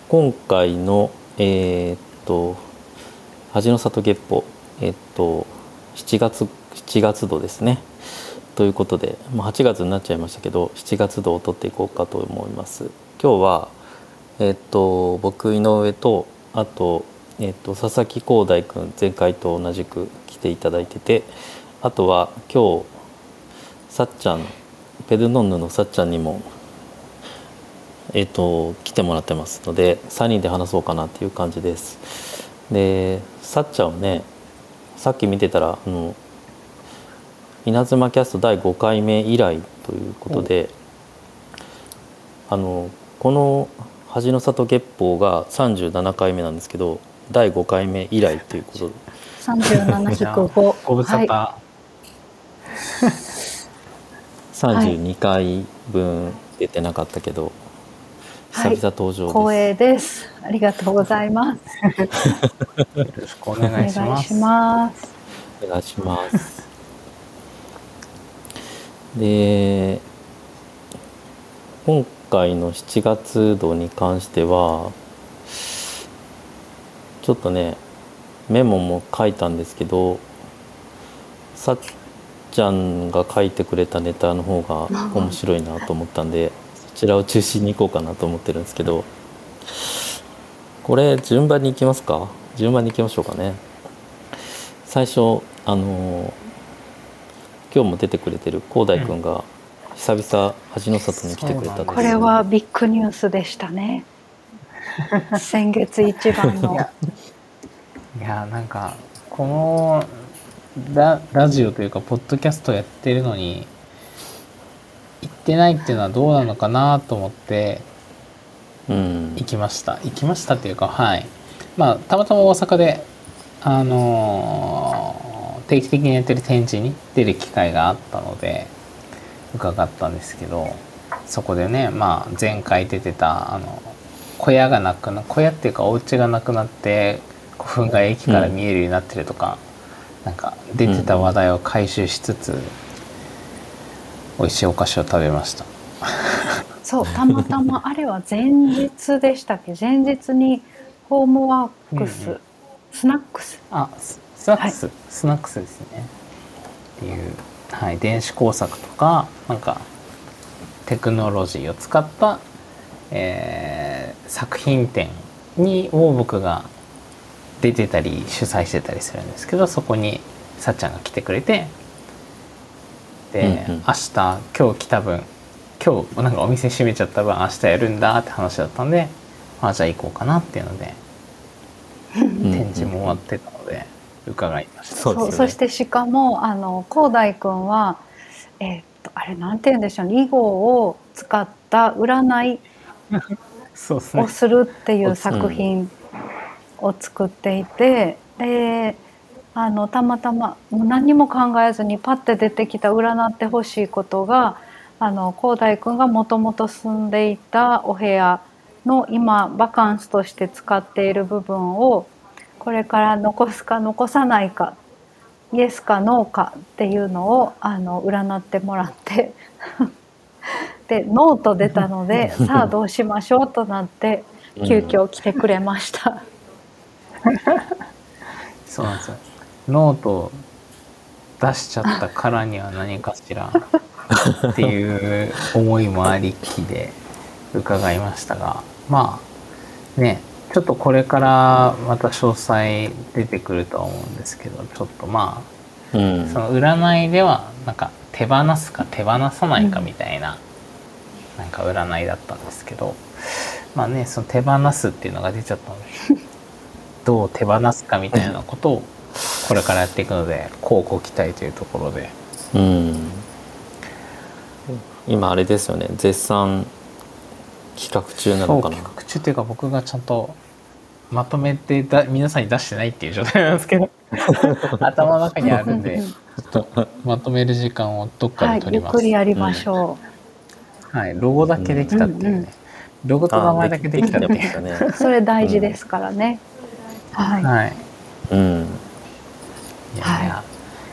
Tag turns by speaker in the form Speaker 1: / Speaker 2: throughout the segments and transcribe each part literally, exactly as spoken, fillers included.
Speaker 1: 今回のえー、っと恥の里月歩、えー、っとしちがつしちがつ度ですね。ということで、まあ、はちがつになっちゃいましたけど、しちがつ度を取っていこうかと思います。今日はえー、っと僕井上と、あと、えー、っと佐々木光大くん、前回と同じく来ていただいてて、あとは今日さっちゃん、ペルノンヌのさっちゃんにもえー、と来てもらってますので、さんにんで話そうかなっていう感じです。でさっちゃんをね、さっき見てたらあの稲妻キャストだいごかいめ以来ということで、あのこの恥の里月報がさんじゅうななかいめなんですけど、だいごかいめ以来ということで
Speaker 2: さんじゅうなな引くご
Speaker 3: ご無沙汰、は
Speaker 1: さんじゅうにかいぶん出てなかったけど、久々登場です。
Speaker 2: 光栄です。ありがとうございます。
Speaker 3: よろしくお願いします。
Speaker 2: お願いします。
Speaker 1: お願いします。で、今回のしちがつ度に関してはちょっとねメモも書いたんですけど、さっちゃんが書いてくれたネタの方が面白いなと思ったんで、そちらを中心にいこうかなと思ってるんですけど、これ順番に行きますか。順番に行きましょうかね。最初あの今日も出てくれてる広大くんが久々恥の里に来てくれたんです。
Speaker 2: これはビッグニュースでしたね。先月一番の。
Speaker 3: いや、いやなんかこの ラ, ラジオというかポッドキャストやってるのに行ってないっていうのはどうなのかなと思って行きました、うん、行きましたっていうか、はい、まあたまたま大阪であのー、定期的にやってる展示に出る機会があったので伺ったんですけど、そこでね、まあ前回出てたあの小屋がなくな小屋っていうかお家がなくなって古墳が駅から見えるようになってるとか、うん、なんか出てた話題を回収しつつ、うん、美味しいお菓子を食べました。
Speaker 2: そう、たまたまあれは前日でしたっけ。前日にホームワークス、うんうん、スナックス
Speaker 3: あスナックス、はい、スナックスですねっていう、はい、電子工作とかなんかテクノロジーを使った、えー、作品展にを僕が出てたり主催してたりするんですけど、そこにさっちゃんが来てくれて、で、うんうん、明日今日来た分今日なんかお店閉めちゃった分明日やるんだって話だったんで、あじゃあ行こうかなっていうので展示も終わってたので伺いました。
Speaker 2: そう、そしてしかもあの広大くんはえー、っとあれなんて言うんでしょう、囲碁を使った占いをするっていう作品を作っていて、であのたまたまもう何も考えずにパッて出てきた占ってほしいことが、あの広大くんがもともと住んでいたお部屋の今バカンスとして使っている部分をこれから残すか残さないか、イエスかノーかっていうのをあの占ってもらってでノーと出たのでさあどうしましょうとなって急遽来てくれました。
Speaker 3: そうなんですよ。ノート出しちゃったからには何かしらっていう思いもありきで伺いましたが、まあねちょっとこれからまた詳細出てくるとは思うんですけど、ちょっとまあ、うん、その占いではなんか手放すか手放さないかみたいな、うん、なんか占いだったんですけど、まあねその手放すっていうのが出ちゃったのでどう手放すかみたいなことをこれからやっていくのでこうご期待というところで、うん、
Speaker 1: 今あれですよね、絶賛企画中なのかな。
Speaker 3: 企画中っていうか僕がちゃんとまとめてだ皆さんに出してないっていう状態なんですけど頭の中にあるんでちょっとまとめる時間をどっかで取ります、
Speaker 2: はい、ゆっくりやりましょ
Speaker 3: う、うん、はい、ロゴだけできたっていうね、うんうん、ロゴと名前だけできたっていう
Speaker 2: ねそれ大事ですからね、
Speaker 3: うん、はい、はい、うん、いやいや、はい、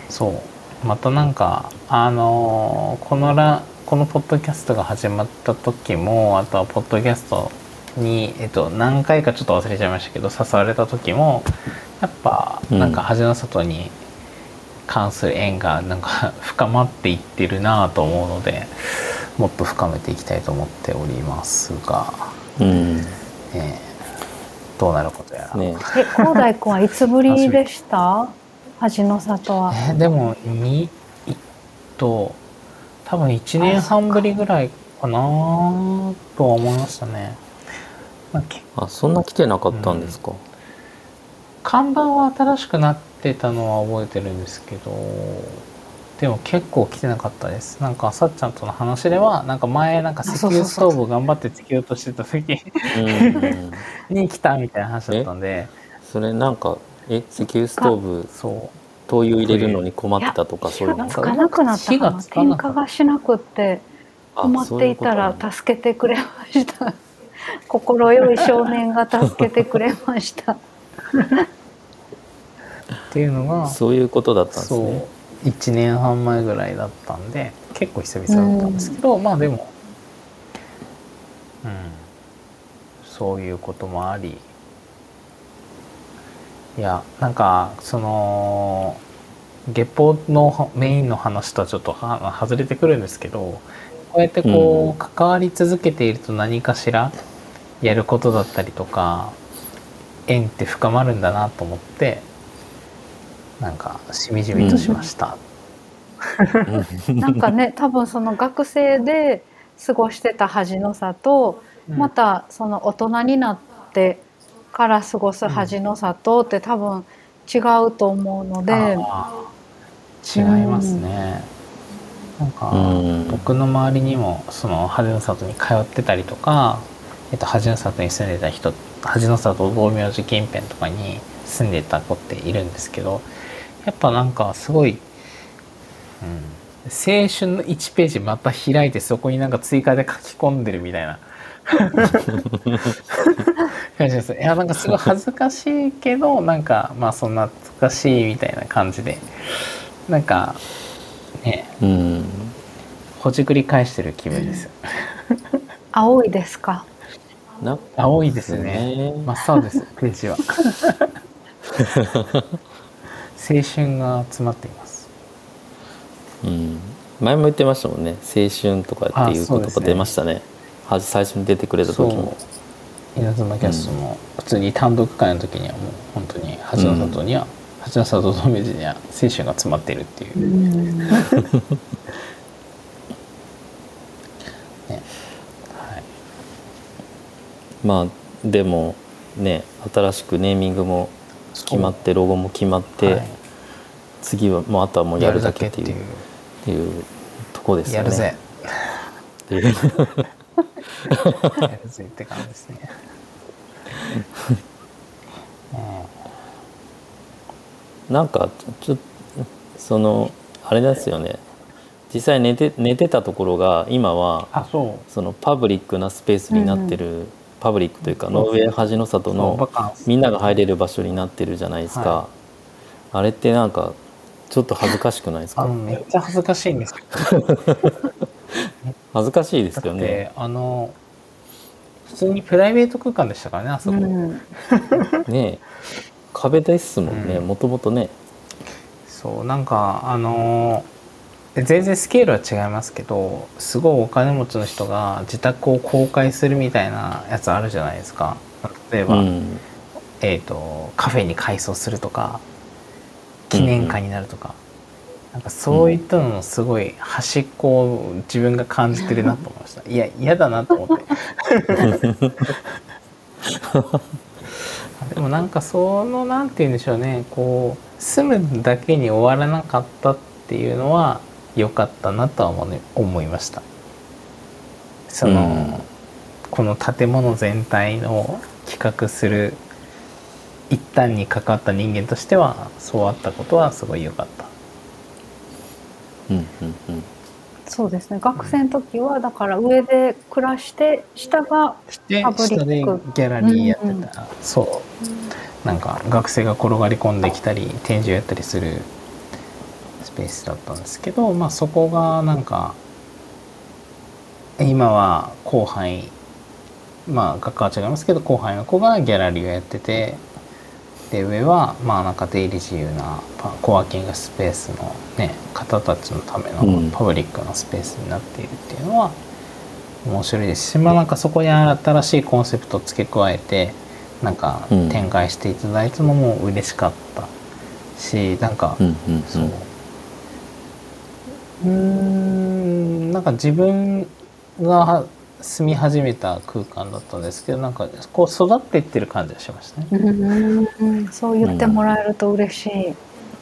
Speaker 3: そうまたなんかあのー、このラこのポッドキャストが始まった時も、あとはポッドキャストに、えっと、何回かちょっと忘れちゃいましたけど誘われた時もやっぱなんか恥の里に関する縁がなんか深まっていってるなと思うので、もっと深めていきたいと思っておりますが、
Speaker 1: うん、
Speaker 3: えー、どうなることやら、ね、
Speaker 2: え広大君はいつぶりでした恥の里は？
Speaker 3: えー、でもにえっと多分いちねんはんぶりぐらいかなとは思いましたね。
Speaker 1: あ、そんな来てなかったんですか？うん、
Speaker 3: 看板は新しくなってたのは覚えてるんですけど、でも結構来てなかったです。なんかさっちゃんとの話ではなんか前なんか石油ストーブを頑張ってつけようとしてた時に来たみたいな話だったんで、
Speaker 1: それなんかえ石油ストーブそう灯油入れるのに困ってたとかそういうの？
Speaker 2: つかなくなったかな。点火がしなくって困っていたら助けてくれました。心よい少年が助けてくれました
Speaker 3: っていうのが
Speaker 1: そういうことだったんですね。
Speaker 3: そういちねんはんまえぐらいだったんで結構久々だったんですけど、まあでも、うん、そういうこともあり、いやなんかその月報のメインの話とはちょっとは外れてくるんですけど、こうやってこう、うん、関わり続けていると何かしらやることだったりとか縁って深まるんだなと思ってなんかしみじみとしました、
Speaker 2: うん、なんかね多分その学生で過ごしてた恥の里、うん、またその大人になってから過ごす恥の里って多分違うと思うので、うん、
Speaker 3: 違いますね、うん、なんか、うん、僕の周りにもその恥の里に通ってたりとか、えっと、恥の里に住んでた人、恥の里道明寺近辺とかに住んでた子っているんですけど、やっぱなんかすごい、うん、青春のいちページまた開いてそこになんか追加で書き込んでるみたいな感じです。いやなんかすごい恥ずかしいけどなんかまあそんな懐かしいみたいな感じでなんかね、うん、ほじくり返してる気分ですよ。
Speaker 2: 青いですか？
Speaker 3: 青いですね。真っ青ですページは。青春が詰まっています。
Speaker 1: うん、前も言ってましたもんね。青春とかっていう言葉出ましたね。はじ最初に出てくれた時も。
Speaker 3: 稲妻キャストも普通に単独会の時にはもう本当に恥の里には、うん、恥の里道明寺には青春が詰まっているっていう。うんね
Speaker 1: はい、まあでもね新しくネーミングも決まってロゴも決まって、はい、次はもうあとはもうやるだけっていう。っていうとこですよね。
Speaker 3: やるぜ。やるぜって感じですね。
Speaker 1: なんかちょっとそのあれですよね。実際寝て寝てたところが今はそそのパブリックなスペースになってる、うん、パブリックというかノーウェー恥の里のみんなが入れる場所になってるじゃないですか。はい、あれってなんか。ちょっと恥ずかしくないですか？
Speaker 3: あのめっちゃ恥ずかしいんですけど
Speaker 1: 恥ずかしいですよね。
Speaker 3: あの普通にプライベート空間でしたからねあそこ、うん、
Speaker 1: ね壁ですもんねもともとね。
Speaker 3: そうなんかあの全然スケールは違いますけどすごいお金持ちの人が自宅を公開するみたいなやつあるじゃないですか。例えば、うん、えーとカフェに改装するとか記念館になるとか、うん、なんかそういったののすごい端っこを自分が感じてるなと思いました。いや嫌だなと思ってでもなんかそのなんて言うんでしょうねこう住むだけに終わらなかったっていうのは良かったなとは思いました。その、うん、この建物全体の企画する一旦に関わった人間としてはそうあったことはすごい良かった。
Speaker 1: うんうんうん。
Speaker 2: そうですね。学生の時はだから上で暮らして下がパブリック。下でギ
Speaker 3: ャラリーやってた。うんうん、そう。なんか学生が転がり込んできたり展示をやったりするスペースだったんですけど、まあそこがなんか今は広範囲まあ学科は違いますけど後輩の子がギャラリーをやってて、で上はまあなんか出入り自由なコワーキングスペースのね方たちのためのパブリックなスペースになっているっていうのは面白いですし、まあなんかそこに新しいコンセプトを付け加えてなんか展開していただいたのも嬉しかったし、なんかそううーんなんか自分が住み始めた空間だったんですけど、なんかこう育っていってる感じがしましたね。
Speaker 2: うん、そう言ってもらえると嬉しい。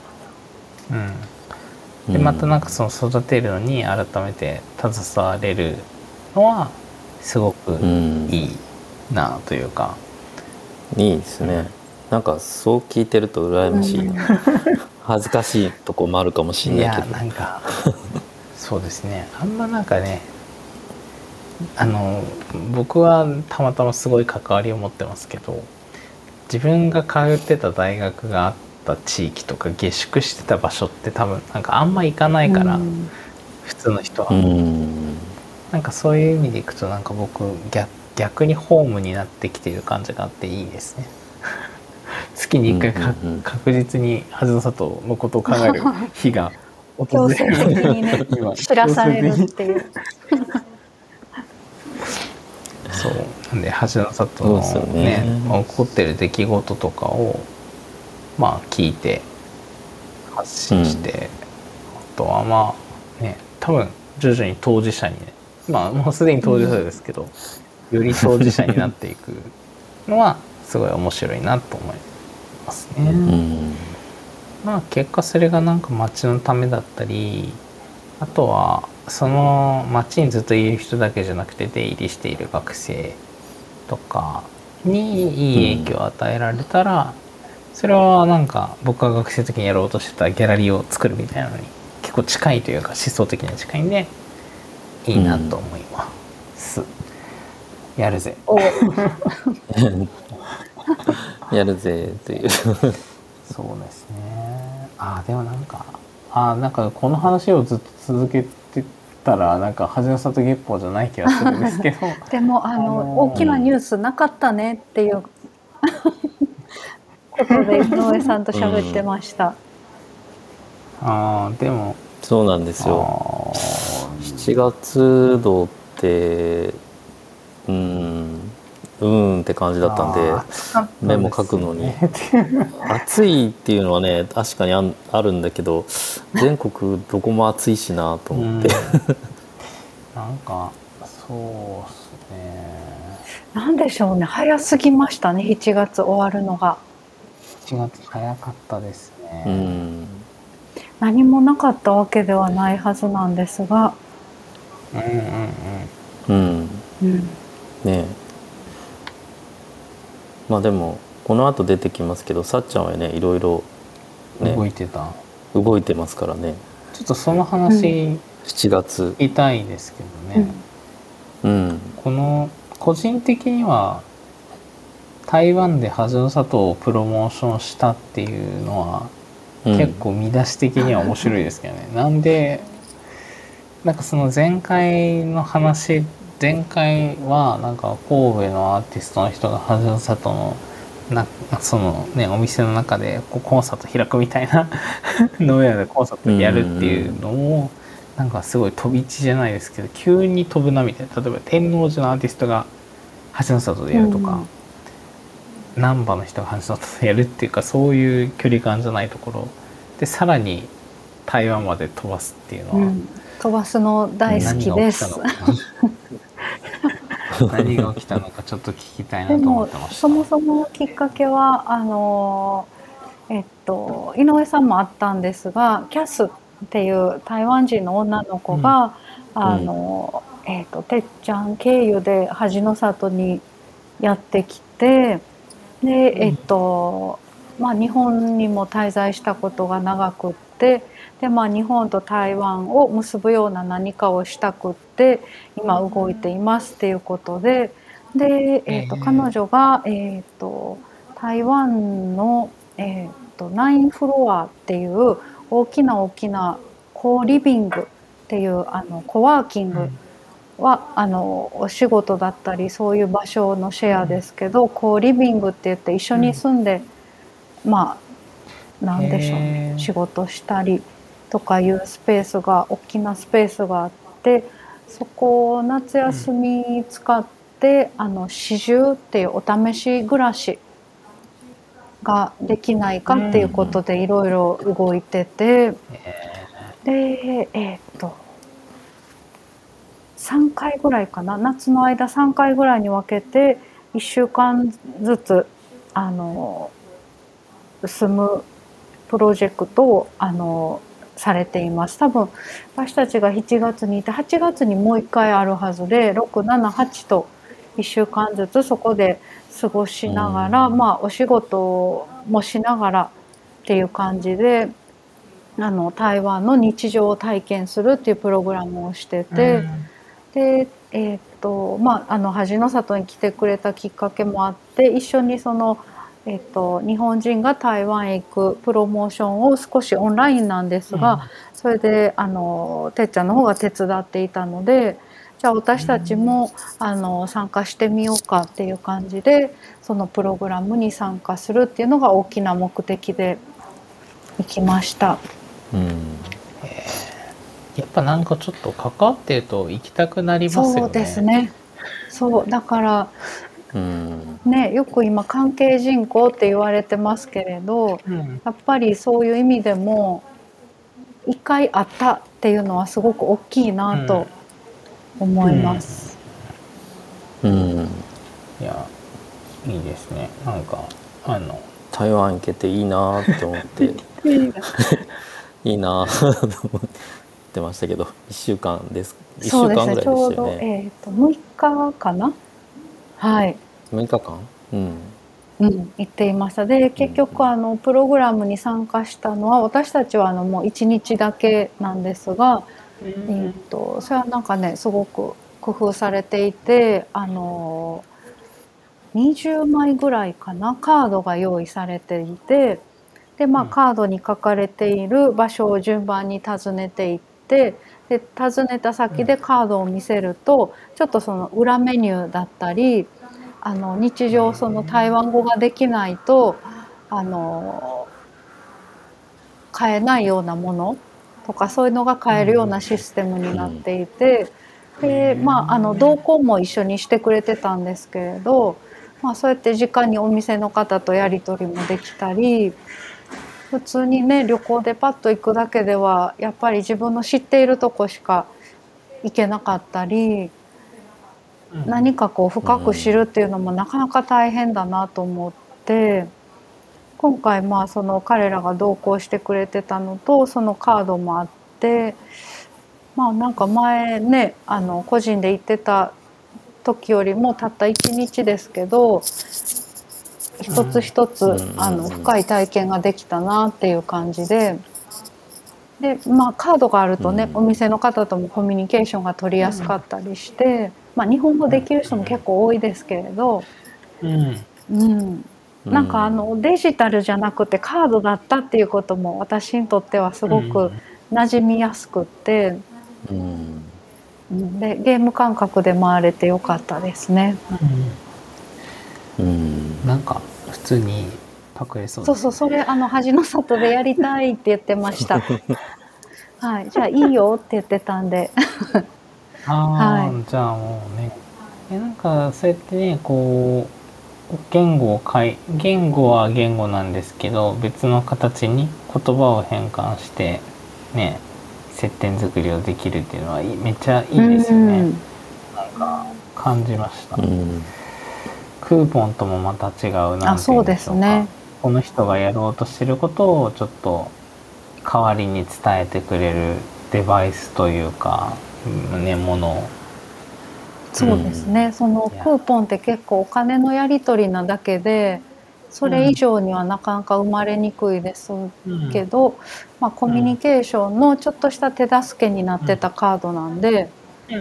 Speaker 3: うん、でまたなんかその育てるのに改めて携われるのはすごくいいなというか、
Speaker 1: うん、いいですね。なんかそう聞いてると羨ましい、うん、恥ずかしいとこもあるかもしれないけど、
Speaker 3: いやなんかそうですね、あんまなんかねあの僕はたまたますごい関わりを持ってますけど、自分が通ってた大学があった地域とか下宿してた場所って多分なんかあんま行かないから、うん、普通の人は、うん、なんかそういう意味でいくとなんか僕 逆, 逆にホームになってきている感じがあっていいですね。月にいっかいか、うんうんうん、確実に恥の里のことを考える日が訪れる
Speaker 2: 強制的にね知らされるっていう
Speaker 3: そうなんで恥の里のね起こってる出来事とかをまあ聞いて発信して、うん、あとはまあね多分徐々に当事者にねまあもうすでに当事者ですけど、うん、より当事者になっていくのはすごい面白いなと思いますね。うん、まあ結果それがなんか町のためだったり、あとはその町にずっといる人だけじゃなくて出入りしている学生とかにいい影響を与えられたら、うん、それはなんか僕が学生の時にやろうとしてたギャラリーを作るみたいなのに結構近いというか思想的には近いんでいいなと思います、うん、やるぜ
Speaker 1: やるぜという
Speaker 3: そうですね。あでもなんかあなんかこの話をずっと続けてたらなんか恥の里月報じゃない気がするんですけど
Speaker 2: でもあの、あのー、大きなニュースなかったねっていうことで井上さんと喋ってました、
Speaker 3: うん、あでも
Speaker 1: そうなんですよ。しちがつ度ってうんうーんって感じだったんで、メモ書くのに暑いっていうのはね確かに あ, あるんだけど全国どこも暑いしなと思って
Speaker 3: なんかそうっすね、
Speaker 2: なんでしょうね、早すぎましたねしちがつ終わるのが。
Speaker 3: しちがつ早かったですね。
Speaker 1: うん
Speaker 2: 何もなかったわけではないはずなんですが、
Speaker 3: うんうん
Speaker 1: うんうん、うん、ねえまあでもこの後出てきますけどさっちゃんはねいろいろ、ね、
Speaker 3: 動いてた
Speaker 1: 動いてますからね。
Speaker 3: ちょっとその話、うん、
Speaker 1: しちがつ
Speaker 3: 痛いですけどね、
Speaker 1: うん、
Speaker 3: この個人的には台湾で恥の里をプロモーションしたっていうのは、うん、結構見出し的には面白いですけどねなんでなんかその前回の話前回はなんか神戸のアーティストの人が恥の里のなそのねお店の中でこうコンサート開くみたいなノーウェアでコンサートやるっていうのもなんかすごい飛び地じゃないですけど急に飛ぶなみたいな、例えば天王寺のアーティストが恥の里でやるとか、うん、難波の人が恥の里でやるっていうかそういう距離感じゃないところでさらに台湾まで飛ばすっていうのは、うん、
Speaker 2: 飛ばすの大好きです。
Speaker 3: 何が起きたのかちょっと聞きたいなと思ってました。
Speaker 2: そもそもきっかけはあの、えっと、井上さんもあったんですがキャスっていう台湾人の女の子が、うん、あの、えっと、てっちゃん経由で恥の里にやってきてで、えっとまあ、日本にも滞在したことが長くってで、まあ、日本と台湾を結ぶような何かをしたくって今動いていますっていうことで、で、えー、と彼女が、えー、と台湾の、えー、とナインフロアっていう大きな大きなコーリビングっていうあのコワーキングはあのお仕事だったりそういう場所のシェアですけど、こうリビングって言って一緒に住んで、まあなんでしょうね、仕事したりとかいうスペースが、大きなスペースがあって、そこを夏休み使ってあの始住っていうお試し暮らしができないかっていうことでいろいろ動いてて、でえっとさんかいぐらいかな、夏の間さんかいぐらいに分けていっしゅうかんずつあの住むプロジェクトをあのされています。多分私たちがしちがつにいてはちがつにもういっかいあるはずで、ろく、なな、はちといっしゅうかんずつそこで過ごしながら、まあお仕事もしながらっていう感じで、あの台湾の日常を体験するっていうプログラムをしてて、でえっとまああの恥の里に来てくれたきっかけもあって、一緒にそのえっと、日本人が台湾へ行くプロモーションを少しオンラインなんですが、うん、それであのてっちゃんの方が手伝っていたので、じゃあ私たちもあの参加してみようかっていう感じで、そのプログラムに参加するっていうのが大きな目的で行きました。
Speaker 3: うん、えー、やっぱなんかちょっと関わってると行きたくなりますよね。
Speaker 2: そうですね。そうだからうんね、よく今関係人口って言われてますけれど、うん、やっぱりそういう意味でも一回会ったっていうのはすごく大きいなと思います。
Speaker 3: うん、うん、いやいいですね。なんかあの
Speaker 1: 台湾行けていいなって思っていいなと思ってましたけど、いっしゅうかんです。いっしゅうかんぐらいでしたよね。
Speaker 2: そうですね、ちょうど、えーと、むいかかな。はい。
Speaker 1: むいかかん、うん
Speaker 2: うん、行っていました。で結局あのプログラムに参加したのは、私たちはあのもういちにちだけなんですが、うん、えーとそれはなんかねすごく工夫されていて、あのにじゅうまいぐらいかなカードが用意されていて、でまあカードに書かれている場所を順番に訪ねていって、で訪ねた先でカードを見せると、ちょっとその裏メニューだったり、あの日常その台湾語ができないとあの買えないようなものとか、そういうのが買えるようなシステムになっていて、でまああの同行も一緒にしてくれてたんですけれど、まあ、そうやって直にお店の方とやり取りもできたり、普通にね旅行でパッと行くだけではやっぱり自分の知っているとこしか行けなかったり、何かこう深く知るっていうのもなかなか大変だなと思って、今回まあその彼らが同行してくれてたのとそのカードもあって、まあなんか前ねあの個人で行ってた時よりもたったいちにちですけど、一つ一つあの深い体験ができたなっていう感じで。でまあ、カードがあるとね、お店の方ともコミュニケーションが取りやすかったりして、まあ、日本語できる人も結構多いですけれど、うんうん、なんかあのデジタルじゃなくてカードだったっていうことも私にとってはすごく馴染みやすくって、うんうん、でゲーム感覚で回れてよかったですね。
Speaker 3: うんうん、なんか普通にパクれそうですね。
Speaker 2: そうそう、それあの恥の里でやりたいって言ってました。はい、じゃあいいよって言ってたんで。
Speaker 3: ああ、はい、じゃあもうね、えなんかそうやってねこう言語を変え言語は言語なんですけど別の形に言葉を変換してね接点作りをできるっていうのはめっちゃいいですよね。うん、なんか感じました。うん、クーポンともまた違うなんていうんでしょうか。あ、そうですね。この人がやろうとしてることをちょっと代わりに伝えてくれるデバイスというか、ね、もの。
Speaker 2: そうですね、うん、そのクーポンって結構お金のやり取りなだけでそれ以上にはなかなか生まれにくいですけど、うん、まあ、コミュニケーションのちょっとした手助けになってたカードなんで、うん、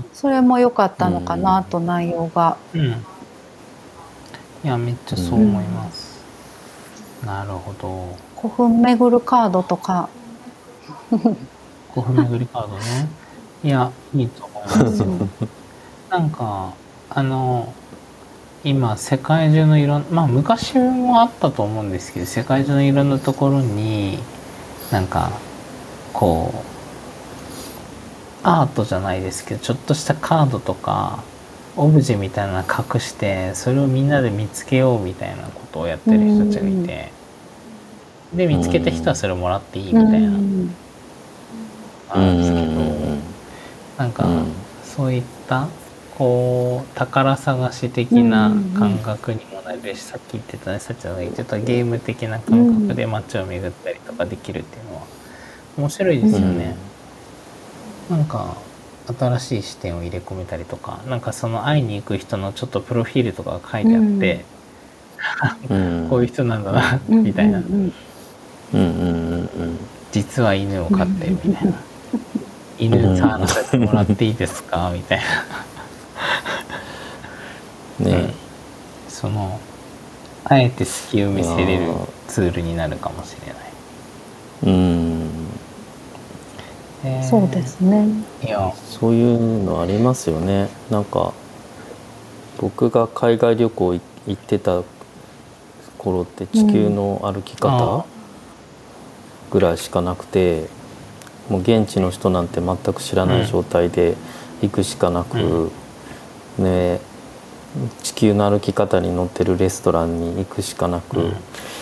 Speaker 2: それも良かったのかなと、内容が、うん、い
Speaker 3: やめっちゃそう思います。なるほど。
Speaker 2: 古墳巡るカードとか
Speaker 3: 古墳巡りカードね。 いや、いいと思いますよ。なんかあの今世界中のいろんまあ昔もあったと思うんですけど、世界中のいろんなところになんかこうアートじゃないですけど、ちょっとしたカードとかオブジェみたいなの隠して、それをみんなで見つけようみたいなことをやってる人たちがいて、で見つけた人はそれをもらっていいみたいなあるんですけど、なんかそういったこう宝探し的な感覚にもなるし、さっき言ってたね、さっき言ってたゲーム的な感覚で街を巡ったりとかできるっていうのは面白いですよね。なんか新しい視点を入れ込めたりとか、なんかその会いに行く人のちょっとプロフィールとかが書いてあって、うん、こういう人なんだなみたいな、実は犬を飼ってるみたいな、犬さんさせてもらっていいですかみたいなね、うん、そのあえて隙を見せれるツールになるかもしれない。
Speaker 1: うん、
Speaker 2: えー、そうですね。
Speaker 1: いや、そういうのありますよね。なんか僕が海外旅行行ってた頃って地球の歩き方ぐらいしかなくて、もう現地の人なんて全く知らない状態で行くしかなく、うん、ね、地球の歩き方に載ってるレストランに行くしかなく、うん、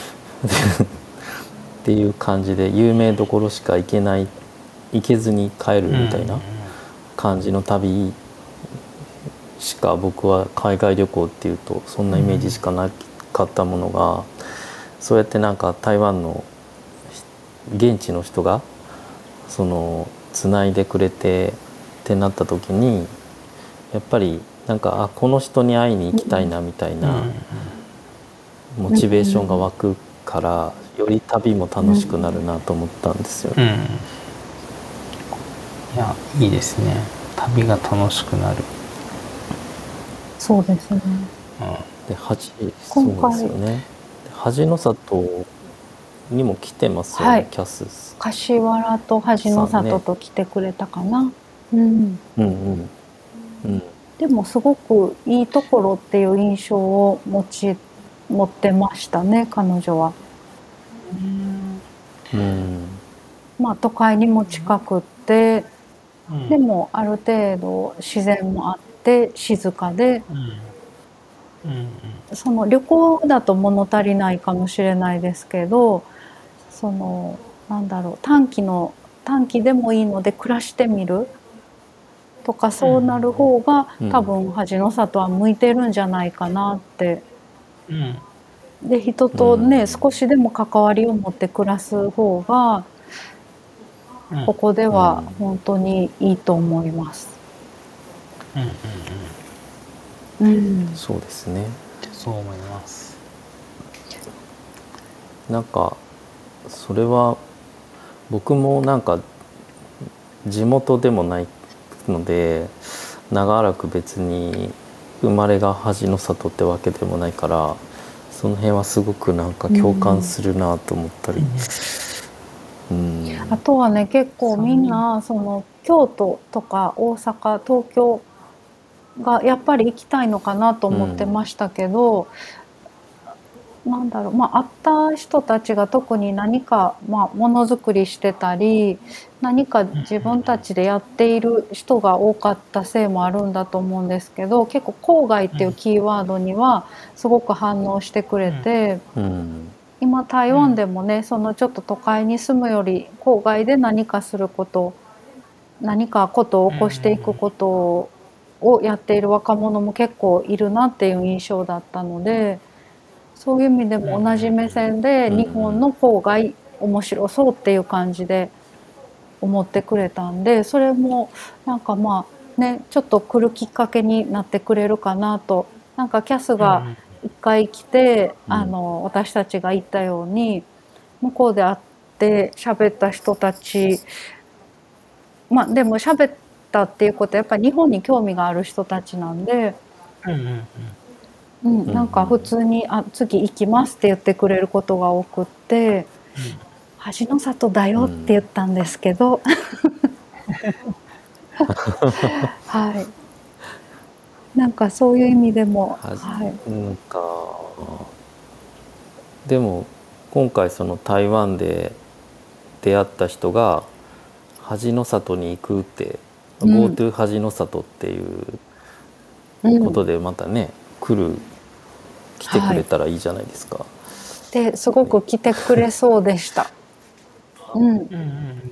Speaker 1: っていう感じで有名どころしか行けない、行けずに帰るみたいな感じの旅しか、僕は海外旅行っていうとそんなイメージしかなかったものが、そうやってなんか台湾の現地の人がそのつないでくれてってなった時に、やっぱりなんか、あ、この人に会いに行きたいなみたいなモチベーションが湧くから、より旅も楽しくなるなと思ったんですよね。うんうん、
Speaker 3: いや、いいですね。旅が楽しくなる。
Speaker 2: そうですね。
Speaker 1: うん、で、はじ、そうですよね。恥の里にも来てますよね、はい、キャス。
Speaker 2: 柏原と恥の里と来てくれたかな。ね、うん。うんうんうん。でもすごくいいところっていう印象を持ち持ってましたね、彼女は。うん。うん、まあ都会にも近くって、うん、でもある程度自然もあって静かで、うんうんうん、その旅行だと物足りないかもしれないですけど、そのなんだろう、短期の短期でもいいので暮らしてみるとか、そうなる方が、うん、多分恥の里は向いてるんじゃないかなって。うん、で人とね、うん、少しでも関わりを持って暮らす方が、うん、ここでは本当にいいと思います。
Speaker 1: うんうんうんうん、そうですね。
Speaker 3: そう思います。
Speaker 1: なんかそれは僕もなんか地元でもないので、長らく別に生まれが恥の里ってわけでもないから、その辺はすごくなんか共感するなと思ったり、
Speaker 2: うんうん、あとはね、結構みんなその京都とか大阪、東京がやっぱり行きたいのかなと思ってましたけど、うん、なんだろう、まあ、会った人たちが特に何か、まあ、ものづくりしてたり、何か自分たちでやっている人が多かったせいもあるんだと思うんですけど、結構郊外っていうキーワードにはすごく反応してくれて、うんうん、今台湾でもね、そのちょっと都会に住むより郊外で何かすること、何かことを起こしていくことををやっている若者も結構いるなっていう印象だったので、そういう意味でも同じ目線で日本の郊外面白そうっていう感じで思ってくれたんで、それもなんかまあね、ちょっと来るきっかけになってくれるかなと。なんかキャスが一回来て、あの私たちが言ったように、向こうで会って喋った人たち、まあでも喋ったっていうことはやっぱり日本に興味がある人たちなんで、うん、なんか普通に「あ、次行きます」って言ってくれることが多くって「恥の里だよ」って言ったんですけど、 はい。なんかそういう意味でも、
Speaker 1: は
Speaker 2: はい。
Speaker 1: なんかでも今回その台湾で出会った人が恥の里に行くって、
Speaker 2: うん、
Speaker 1: GoTo 恥の里っていう
Speaker 2: うん
Speaker 1: ことでまたね、来る来てくれたらいいじゃないですか。
Speaker 2: はい、ですごく来てくれそうでした。うん。うんうん、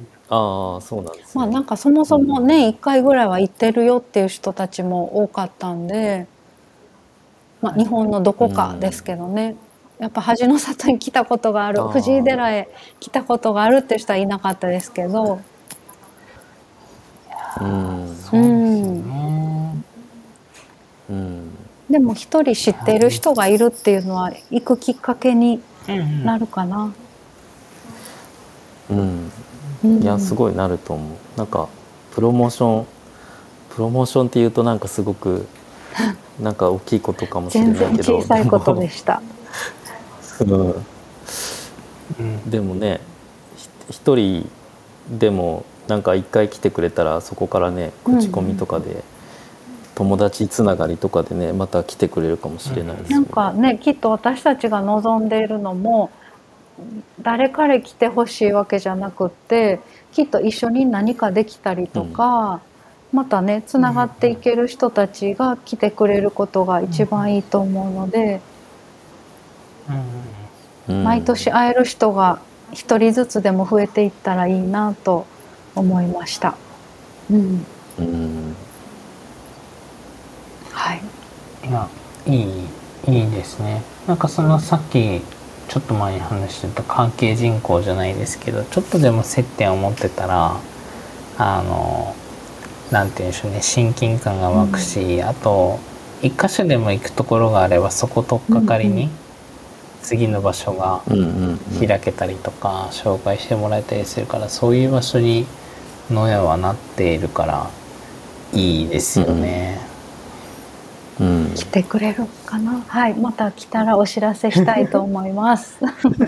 Speaker 1: ああ、そうなんですね。
Speaker 2: まあなんかそもそも年いっかいぐらいは行ってるよっていう人たちも多かったんで、まあ日本のどこかですけどね。やっぱ恥の里に来たことがある、藤井寺へ来たことがあるっていう人はいなかったですけど。
Speaker 3: うん、そうですよね。
Speaker 2: うん。でも一人知ってる人がいるっていうのは行くきっかけになるかな。
Speaker 1: うん、うん、いやすごいなると思う。なんかプロモーションプロモーションっていうとなんかすごくなんか大きいことかもしれないけど、
Speaker 2: 全然小さいことでした。
Speaker 1: うん、でもね一人でもなんか一回来てくれたらそこからね口コミとかで友達つながりとかでねまた来てくれるかもしれないですよね。
Speaker 2: なんかねきっと私たちが望んでいるのも誰彼来てほしいわけじゃなくってきっと一緒に何かできたりとか、うん、またねつながっていける人たちが来てくれることが一番いいと思うので、うん、毎年会える人が一人ずつでも増えていったらいいなと思いました。うんうん、はい。
Speaker 3: いやいいいいですね。なんかそのさっきちょっと前に話してた関係人口じゃないですけど、ちょっとでも接点を持ってたらあのなんて言うんでしょうね、親近感が湧くし、うん、あと一箇所でも行くところがあればそこ取っかかりに次の場所が開けたりとか紹介してもらえたりするから、そういう場所に野屋はなっているからいいですよね。
Speaker 2: うんうん、来てくれるかな。はい、また来たらお知らせしたいと思います。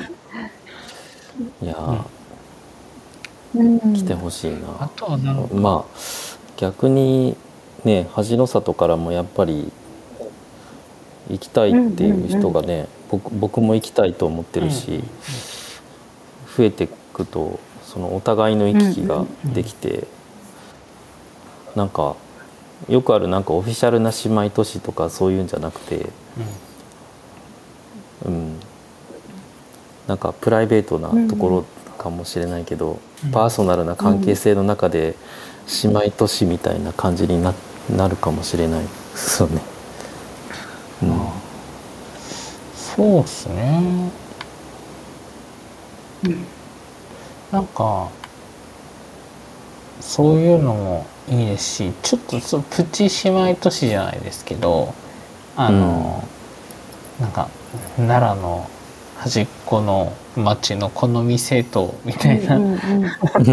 Speaker 1: いや、うん、来てほしいな。
Speaker 3: あとはなんか
Speaker 1: まあ逆にね恥の里からもやっぱり行きたいっていう人がね、うんうんうん、僕, 僕も行きたいと思ってるし、うんうんうん、増えていくとそのお互いの行き来ができて、うんうんうん、なんかよくあるなんかオフィシャルな姉妹都市とかそういうんじゃなくて、うん、うん、なんかプライベートなところかもしれないけど、うん、パーソナルな関係性の中で姉妹都市みたいな感じに な, なるかもしれないですよね。うん、
Speaker 3: そうですね。うん、なんかそういうのもいいですし、ちょっとそうプチ姉妹都市じゃないですけど、あの、うん、なんか奈良の端っこの町のこの店とみたいな、うんうん、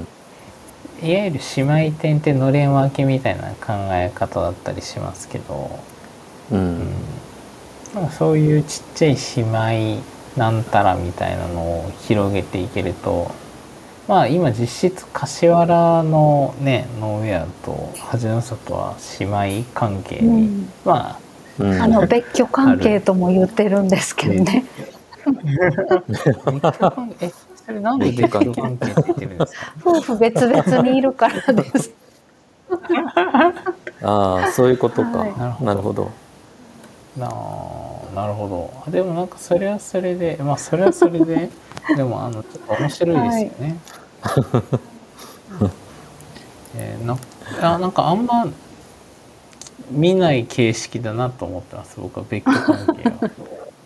Speaker 3: いわゆる姉妹店ってのれん分けみたいな考え方だったりしますけど、うんうん、なんかそういうちっちゃい姉妹なんたらみたいなのを広げていけると、まあ今実質柏原のねノーウェアと恥の里は姉妹関係に、うん、まあ、
Speaker 2: うん、あの別居関係とも言ってるんですけどね。
Speaker 3: え、それなんで別居関係って言ってるんですか？
Speaker 2: 夫婦別々にいるからです。
Speaker 1: ああ、そういうことか。はい、なるほど。
Speaker 3: なあ、なるほど。でもなんかそれはそれで、まあそれはそれででもあのちょっと面白いですよね。はい、えー、な, あなんかあんま見ない形式だなと思ってます。僕は別居関係は。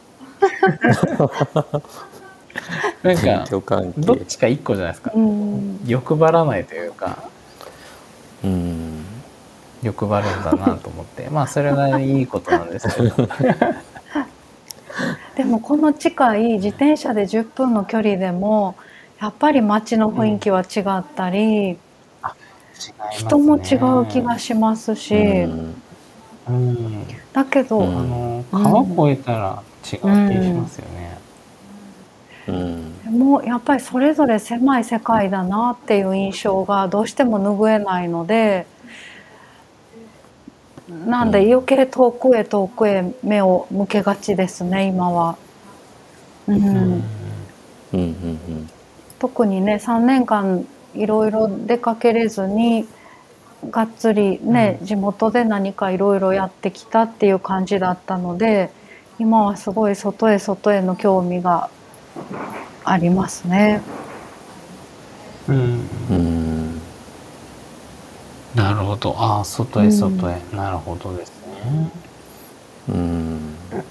Speaker 3: なんかどっちか一個じゃないですか。欲張らないというか、うん、欲張るんだなと思って、まあそれはいいことなんですけど。
Speaker 2: でもこの近い自転車でじゅっぷんの距離でもやっぱり街の雰囲気は違ったり、うん、あ、人も違う気がしますし、うんうん、だけど、
Speaker 3: うん、あの川越えたら違う気がしますよね。
Speaker 2: うん、 でもやっぱりそれぞれ狭い世界だなっていう印象がどうしても拭えないので、なんで余計遠くへ遠くへ目を向けがちですね今は。うん、うんうん
Speaker 1: うん、
Speaker 2: 特にねさんねんかんいろいろ出かけれずにがっつりね、うん、地元で何かいろいろやってきたっていう感じだったので、今はすごい外へ外への興味がありますね。
Speaker 3: うん、うん、なるほど。ああ、外へ外へ、うん、なるほどですね。
Speaker 1: うん、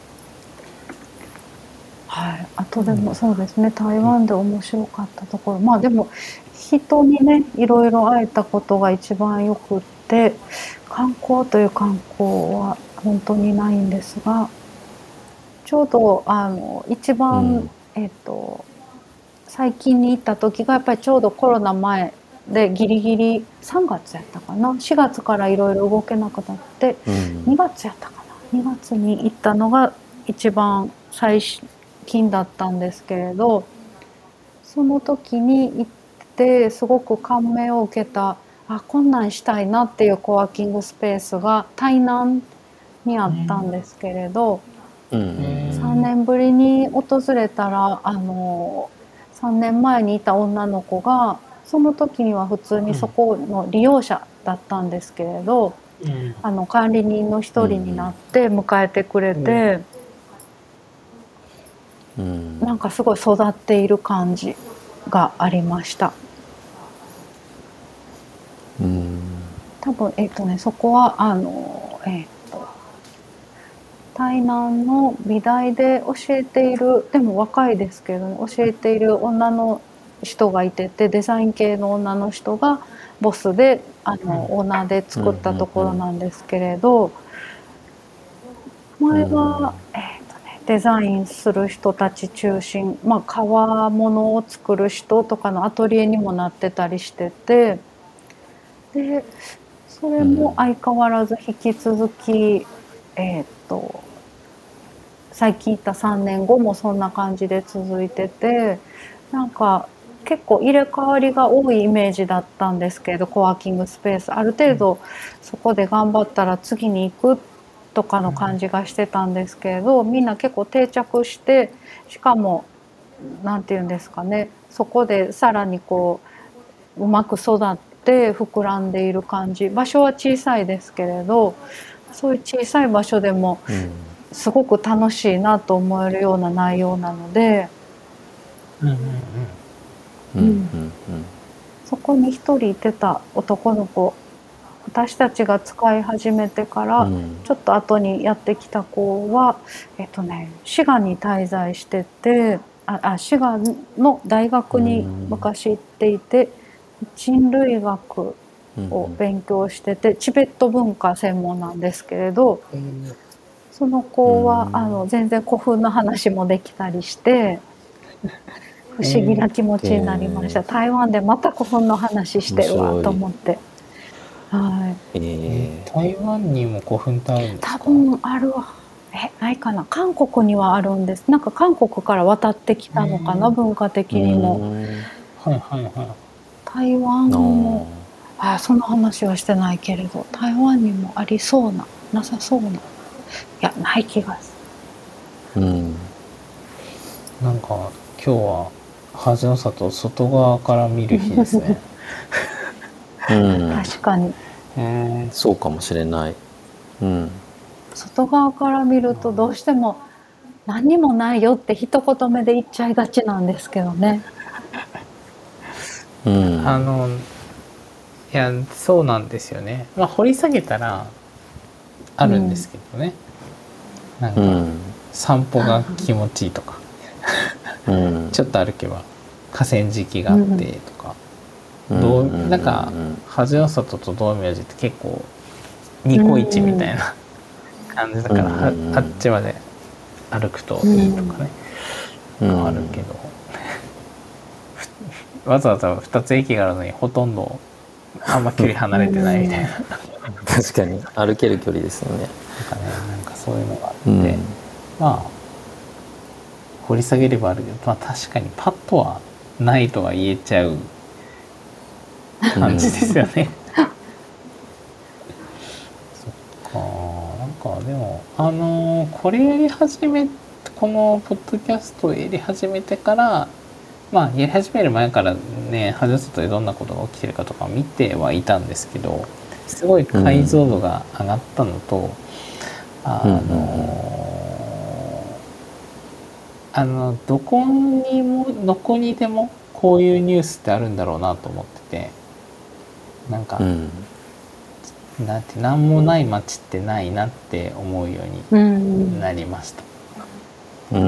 Speaker 2: はい、あとでもそうですね、台湾で面白かったところ、まあでも人にねいろいろ会えたことが一番よくって、観光という観光は本当にないんですが、ちょうどあの一番、うん、えっと最近に行った時がやっぱりちょうどコロナ前でギリギリさんがつやったかな、しがつからいろいろ動けなくなって、うん、にがつやったかな、にがつに行ったのが一番最近だったんですけれど、その時に行ってすごく感銘を受けた、あ、こんなんしたいなっていうコワーキングスペースが台南にあったんですけれど、うん、さんねんぶりに訪れたら、あのさんねんまえにいた女の子がその時には普通にそこの利用者だったんですけれど、うん、あの管理人の一人になって迎えてくれて、うん、なんかすごい育っている感じがありました。うん、多分えっとねそこはあのえっと台南の美大で教えている、でも若いですけどね、教えている女の人がいてて、デザイン系の女の人がボスであの、うん、オーナーで作ったところなんですけれど、前は、えーとね、デザインする人たち中心、まあ、革物を作る人とかのアトリエにもなってたりしてて、でそれも相変わらず引き続き、えーと最近行ったさんねんごもそんな感じで続いてて、なんか結構入れ替わりが多いイメージだったんですけど、コワーキングスペースある程度そこで頑張ったら次に行くとかの感じがしてたんですけれど、みんな結構定着して、しかもなんていうんですかね、そこでさらにこううまく育って膨らんでいる感じ。場所は小さいですけれど、そういう小さい場所でも、うんすごく楽しいなと思えるような内容なので、そこに一人いてた男の子、私たちが使い始めてからちょっと後にやってきた子は、えっとね、滋賀に滞在してて、ああ滋賀の大学に昔行っていて、人類学を勉強してて、チベット文化専門なんですけれど、その子はあの全然古墳の話もできたりして不思議な気持ちになりました。えー、台湾でまた古墳の話してるわと思って。はい。
Speaker 3: えー、台湾にも古墳ってあるんですか？
Speaker 2: 多分あるわ。え、ないかな。韓国にはあるんです。なんか韓国から渡ってきたのかな、文化的にも。
Speaker 3: はいはいはい。
Speaker 2: 台湾もあ、その話はしてないけれど、台湾にもありそうな、なさそうな。いや、ない気がす
Speaker 3: る。うん。なんか今日は恥の里外側から見る日ですね。
Speaker 2: うん、確かに。
Speaker 1: えー、そうかもしれない。うん。
Speaker 2: 外側から見るとどうしても何にもないよって一言目で言っちゃいがちなんですけどね。
Speaker 3: うん。あのいやそうなんですよね。まあ掘り下げたら。あるんですけどね、うん、なんか、うん、散歩が気持ちいいとか、うん、ちょっと歩けば河川敷があってとか、うん、どうなんか恥の里と道明寺って結構ニコイチみたいな感じだから、うん、あっちまで歩くといいとかね、うん、あるけどわざわざふたつ駅があるのにほとんどあんま距離離れてないみたいな。
Speaker 1: 確かに歩ける距離ですよね。
Speaker 3: なんかね、なんかそういうのがあって、うん、まあ掘り下げればあるけど、まあ、確かにパッとはないとは言えちゃう感じですよね。そっか、なんかでもあのー、これやり始めこのポッドキャストをやり始めてから、まあやり始める前からね、はじめ外でどんなことが起きてるかとか見てはいたんですけど、すごい解像度が上がったのと、うん、あのー、あのどこにもどこにでもこういうニュースってあるんだろうなと思ってて、なんか、うん、なんて何もない街ってないなって思うようになりました。うん、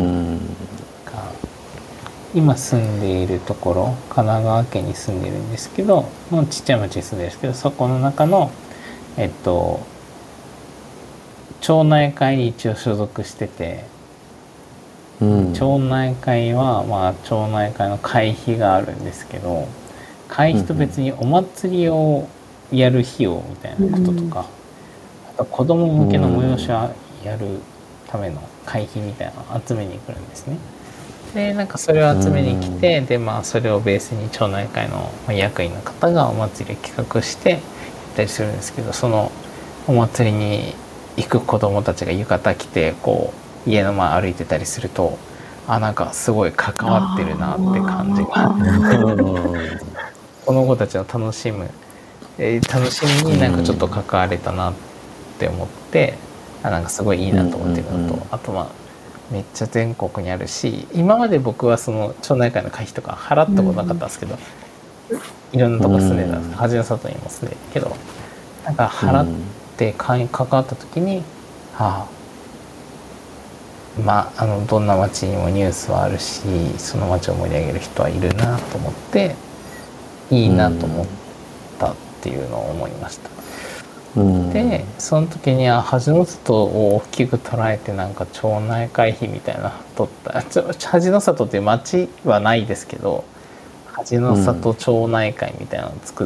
Speaker 3: 今住んでいるところ、神奈川県に住んでるんですけど、もうちっちゃい町に住んでるんですけど、そこの中のえっと町内会に一応所属してて、うん、町内会はまあ町内会の会費があるんですけど、会費と別にお祭りをやる費用みたいなこととか、あと子供向けの催しをやるための会費みたいなのを集めに来るんですね。でなんかそれを集めに来て、でまあそれをベースに町内会の役員の方がお祭りを企画してやったりするんですけど、そのお祭りに行く子供たちが浴衣着てこう家の前歩いてたりすると、あなんかすごい関わってるなって感じがこの子たちの楽しむ、えー、楽しみになんかちょっと関われたなって思って、あなんかすごいいいなと思ってるのと、あとまあめっちゃ全国にあるし、今まで僕はその町内会の会費とか払ったことなかったんですけど、いろんなとこ住んでたんです。はじめ里にも住んでるけど、なんか払って関わった時に、はあまああのどんな町にもニュースはあるし、その町を盛り上げる人はいるなと思って、いいなと思ったっていうのを思いました。でその時には恥の里を大きく捉えて、なんか町内会費みたいなのを取った。恥の里っていう町はないですけど、恥の里町内会みたいなのを作って、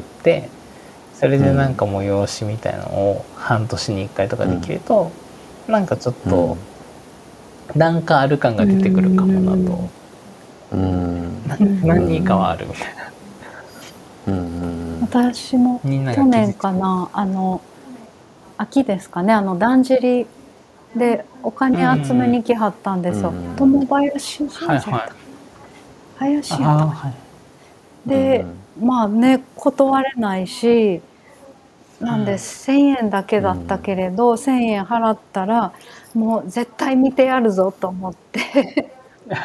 Speaker 3: それでなんか催しみたいなのを半年にいっかいとかできると、なんかちょっとなんかある感が出てくるかもなと。うん何人かはあるみたいな。
Speaker 2: うん、私も去年かな、あの秋ですかね、あのだんじりでお金集めに来はったんですよ。友林神社やった、林やったか、はい、で、うん、まあね断れないし、なんでせんえんだけだったけれど、うん、せんえん払ったらもう絶対見てやるぞと思って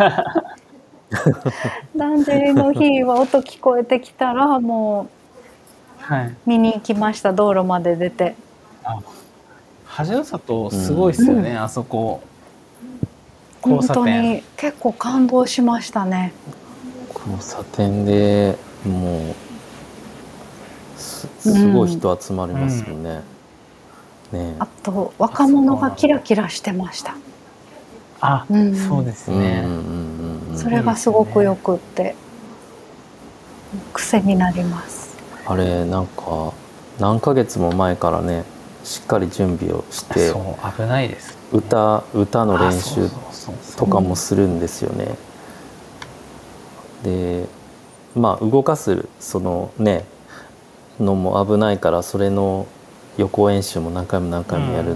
Speaker 2: だんじりの日は音聞こえてきたらもう見に行きました、道路まで出て。
Speaker 3: あ、恥の里すごいですよね、うん、あそこ
Speaker 2: 交差点。本当に結構感動しましたね。
Speaker 1: 交差点でもう す, すごい人集まりますよね。
Speaker 2: うん、ね、あと若者がキラキラしてました。
Speaker 3: あ、うん、そうですね、
Speaker 2: それがすごくよくって癖になります。
Speaker 1: あれなんか何ヶ月も前からねしっかり準備をして、
Speaker 3: そう危ないです、ね、
Speaker 1: 歌歌の練習とかもするんですよね。でまあ動かすそのねのも危ないから、それの予行演習も何回も何回もやるって、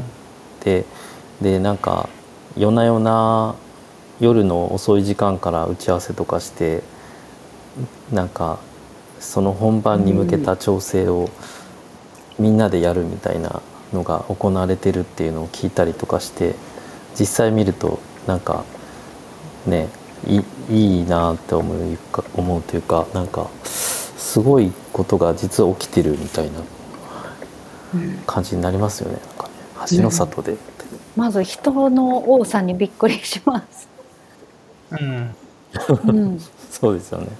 Speaker 1: うん、でなんか夜な夜な夜の遅い時間から打ち合わせとかして、なんかその本番に向けた調整をみんなでやるみたいなのが行われてるっていうのを聞いたりとかして、実際見るとなんかね い, いいなって思うか思うというか、なんかすごいことが実は起きてるみたいな感じになりますよね。なんかね、恥の里で、うん、
Speaker 2: まず人の多さにびっくりします。
Speaker 3: うん、
Speaker 1: うん、そうですよね。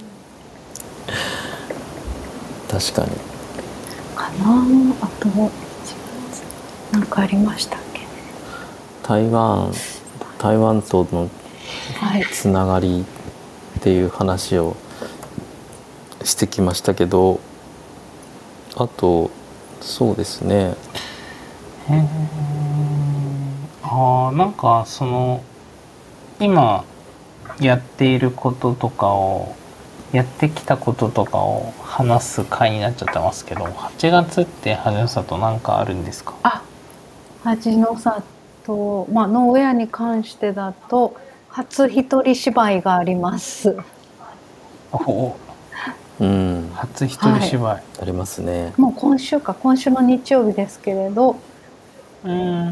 Speaker 1: 確かに。
Speaker 2: かなあ。と何かありましたっけ。
Speaker 1: 台湾台湾とのつながりっていう話をしてきましたけど、あとそうですね。
Speaker 3: へえ。ああ、なんかその今やっていることとかをやってきたこととかを話す回になっちゃってますけど、はちがつって恥の里なんかあるんですか？
Speaker 2: あ、恥の里、まあノーウェアに関してだと初一人芝居があります。
Speaker 3: おお、
Speaker 1: うん、
Speaker 3: 初一人芝居、はい、
Speaker 1: ありますね。
Speaker 2: もう今週か今週の日曜日ですけれど、
Speaker 3: うん、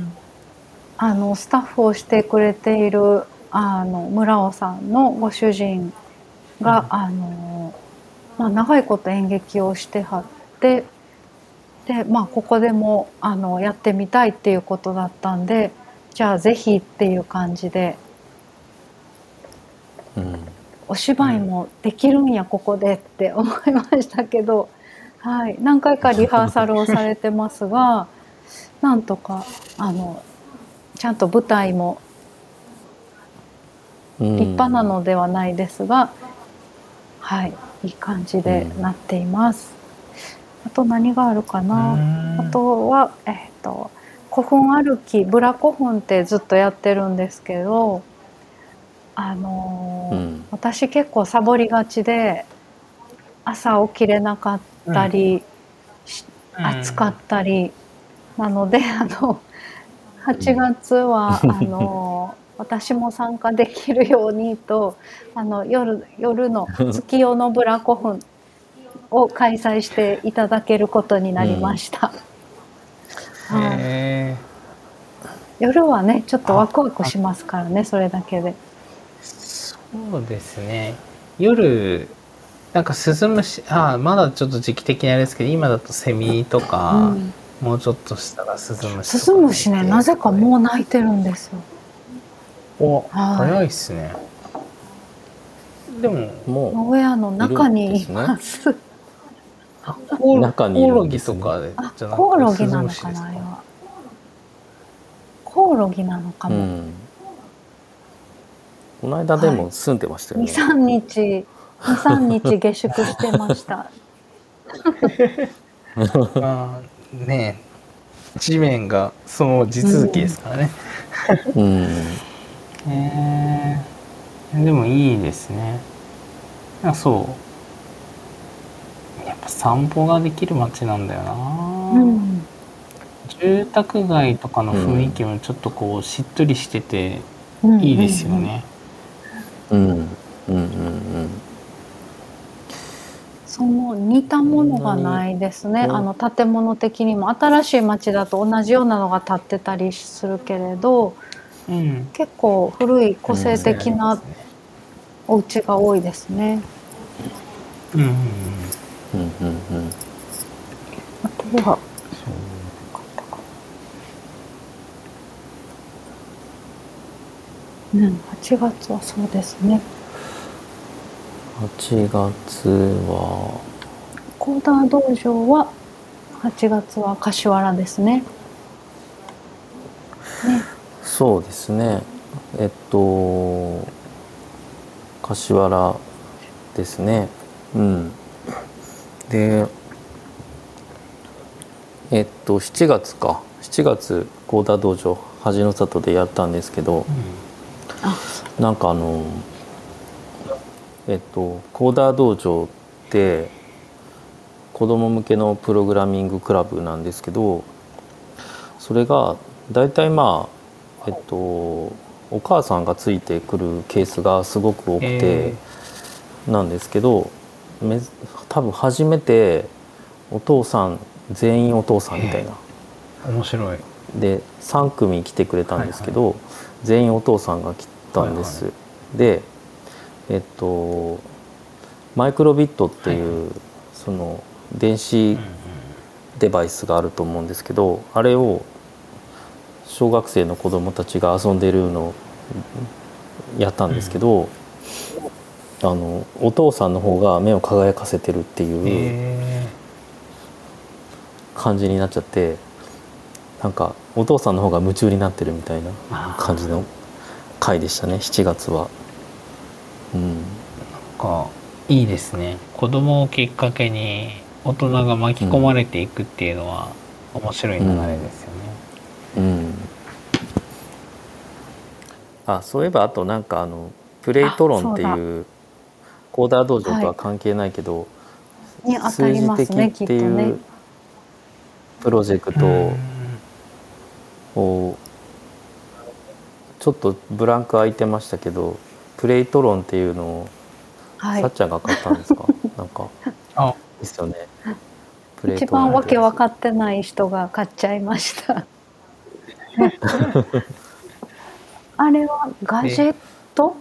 Speaker 2: あのスタッフをしてくれているあの村尾さんのご主人が、うん、あのまあ、長いこと演劇をしてはってで、まあ、ここでもあのやってみたいっていうことだったんで、じゃあぜひっていう感じで、うん、お芝居もできるんやここでって思いましたけど、はい、何回かリハーサルをされてますがなんとかあのちゃんと舞台も立派なのではないですが、はい、いい感じでなっています。あと何があるかな。あとは、えっと、古墳歩き、ブラ古墳ってずっとやってるんですけど、あの、うん、私結構サボりがちで、朝起きれなかったり、うん、暑かったり、なので、あの、はちがつは、あの、私も参加できるようにと、あの、夜、夜の月夜のブラ古墳を開催していただけることになりました。うん、はい、夜はねちょっとワクワクしますからね、それだけで。
Speaker 3: そうですね。夜なんかスズムシ、あまだちょっと時期的にあれですけど、今だとセミとか、うん、もうちょっとしたらスズムシとか。
Speaker 2: スズムシね、なぜかもう鳴いてるんですよ。
Speaker 3: お、早いっすね。でも
Speaker 1: もう
Speaker 2: ノーウェアの中にいます。
Speaker 3: コオロギとかで
Speaker 2: じゃなくて、コオロギなのかな、あれは。コオロギなのかも。うん、
Speaker 1: この間でも住んでましたよね。
Speaker 2: に、さんにち、に、さんにち下宿してました。
Speaker 3: あねえ、地面がその地続きですからね。うん。えー、でもいいですね。あ、そう。やっぱ散歩ができる街なんだよな。うん、住宅街とかの雰囲気もちょっとこうしっとりしてていいですよね。
Speaker 1: うんうんうん。うんうんうん。
Speaker 2: その似たものがないですね。あの建物的にも新しい町だと同じようなのが建ってたりするけれど、うん、結構古い個性的なお家が多いですね。うんうんうんうんうん。あとはうん、はちがつはそうですね。
Speaker 1: はちがつは
Speaker 2: コーダー道場ははちがつは柏原ですね。ね。
Speaker 1: そうですね。えっと柏原ですね。うん。で、えっとしちがつか。しちがつコーダー道場恥の里でやったんですけど、うん、なんかあの。えっと、コーダー道場って子ども向けのプログラミングクラブなんですけど、それが大体まあ、えっと、お母さんがついてくるケースがすごく多くてなんですけど、め多分初めてお父さん全員お父さんみたいな。
Speaker 3: 面白い。
Speaker 1: でさん組来てくれたんですけど、はいはい、全員お父さんが来たんです。はいはい、でえっと、マイクロビットっていう、はい、その電子デバイスがあると思うんですけど、あれを小学生の子どもたちが遊んでるのをやったんですけど、うん、あのお父さんの方が目を輝かせてるっていう感じになっちゃって、なんかお父さんの方が夢中になってるみたいな感じの回でしたね、しちがつは。うん、なん
Speaker 3: かいいですね。子供をきっかけに大人が巻き込まれていくっていうのは面白い流れですよね。うん、うん、
Speaker 1: あ、そういえばあとなんかあのプレイトロンって
Speaker 2: あ
Speaker 1: いうコーダー道場と
Speaker 2: は
Speaker 1: はい関係ないけど、
Speaker 2: に当た
Speaker 1: 数字
Speaker 2: りますね、きっと
Speaker 1: 的っていう
Speaker 2: ね。
Speaker 1: プロジェクト
Speaker 3: うん
Speaker 1: をちょっとブランク空いてましたけど、プレイトロンっていうのを
Speaker 2: はい。
Speaker 1: さっちゃんが買ったんですか？なんか
Speaker 3: あ、
Speaker 1: いいですよね。プレイ
Speaker 2: 一
Speaker 1: トロン
Speaker 2: 番わけ
Speaker 1: ってやつ
Speaker 2: 分かってない人が買っちゃいました。あれはガジェット？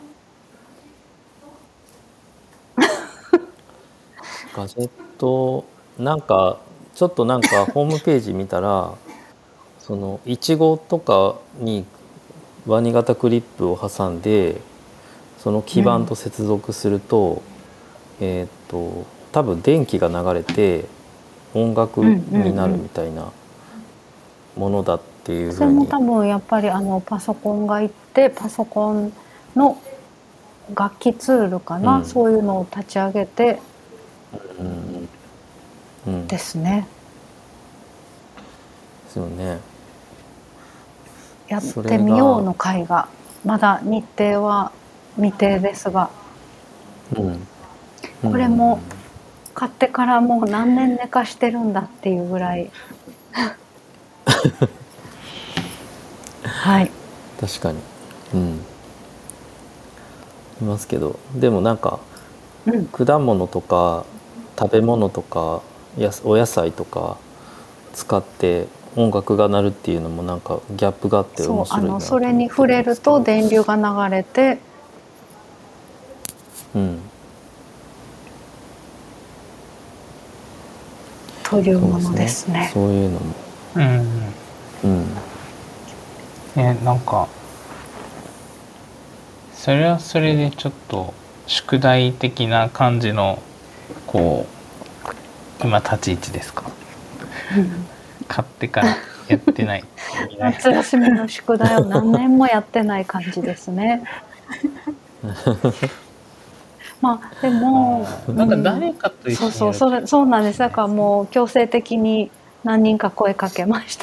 Speaker 1: ガジェット、なんかちょっとなんかホームページ見たら、そのいちごとかにワニ型クリップを挟んでその基板と接続すると、えーっと多分電気が流れて音楽
Speaker 2: うんうんうん
Speaker 1: になるみたいなものだっていう
Speaker 2: それも
Speaker 1: ふうに、
Speaker 2: 多分やっぱりあのパソコンがいってパソコンの楽器ツールかな、
Speaker 1: うん
Speaker 2: そういうのを立ち上げて
Speaker 1: うんうんで
Speaker 2: ですね、
Speaker 1: すよね。
Speaker 2: やっ
Speaker 1: それ
Speaker 2: てみよう
Speaker 1: が
Speaker 2: の会がまだ日程は未定ですが、
Speaker 1: うん
Speaker 2: これも買ってからもう何年寝かしてるんだっていうぐらいはい。
Speaker 1: 確かに、うんいますけど、でもなんか
Speaker 2: うん、
Speaker 1: 果物とか食べ物とかやすお野菜とか使って音楽が鳴るっていうのもなんかギャップがあって
Speaker 2: そう、
Speaker 1: 面白いな
Speaker 2: あのそ
Speaker 1: と思ってるん
Speaker 2: れに触れ
Speaker 1: ですけど、
Speaker 2: ると電流が流れて
Speaker 1: うん
Speaker 2: というもの
Speaker 1: そうですね
Speaker 2: ですね。
Speaker 1: そういうのも
Speaker 3: うん
Speaker 1: うん
Speaker 3: ね、なんかそれはそれでちょっと宿題的な感じのこう今立ち位置ですか？買ってからやってない
Speaker 2: 夏休みの宿題を何年もやってない感じですね。まあでも、
Speaker 3: なんか誰かと一緒にやる
Speaker 2: そうそう、それそうなんです。だからもう強制的に何人か声かけました。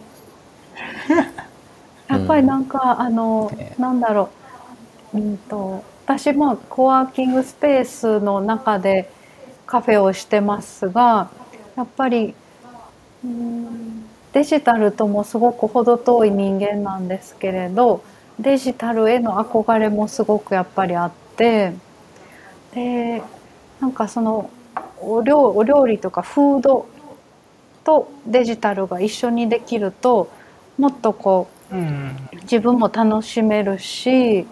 Speaker 2: やっぱりなんか、あのなんだろう、うんと私もコワーキングスペースの中でカフェをしてますが、やっぱりうんデジタルともすごく程遠い人間なんですけれど、デジタルへの憧れもすごくやっぱりあって、でなんかそのお料、お料理とかフードとデジタルが一緒にできるともっとこ
Speaker 3: うん
Speaker 2: う自分も楽しめるし、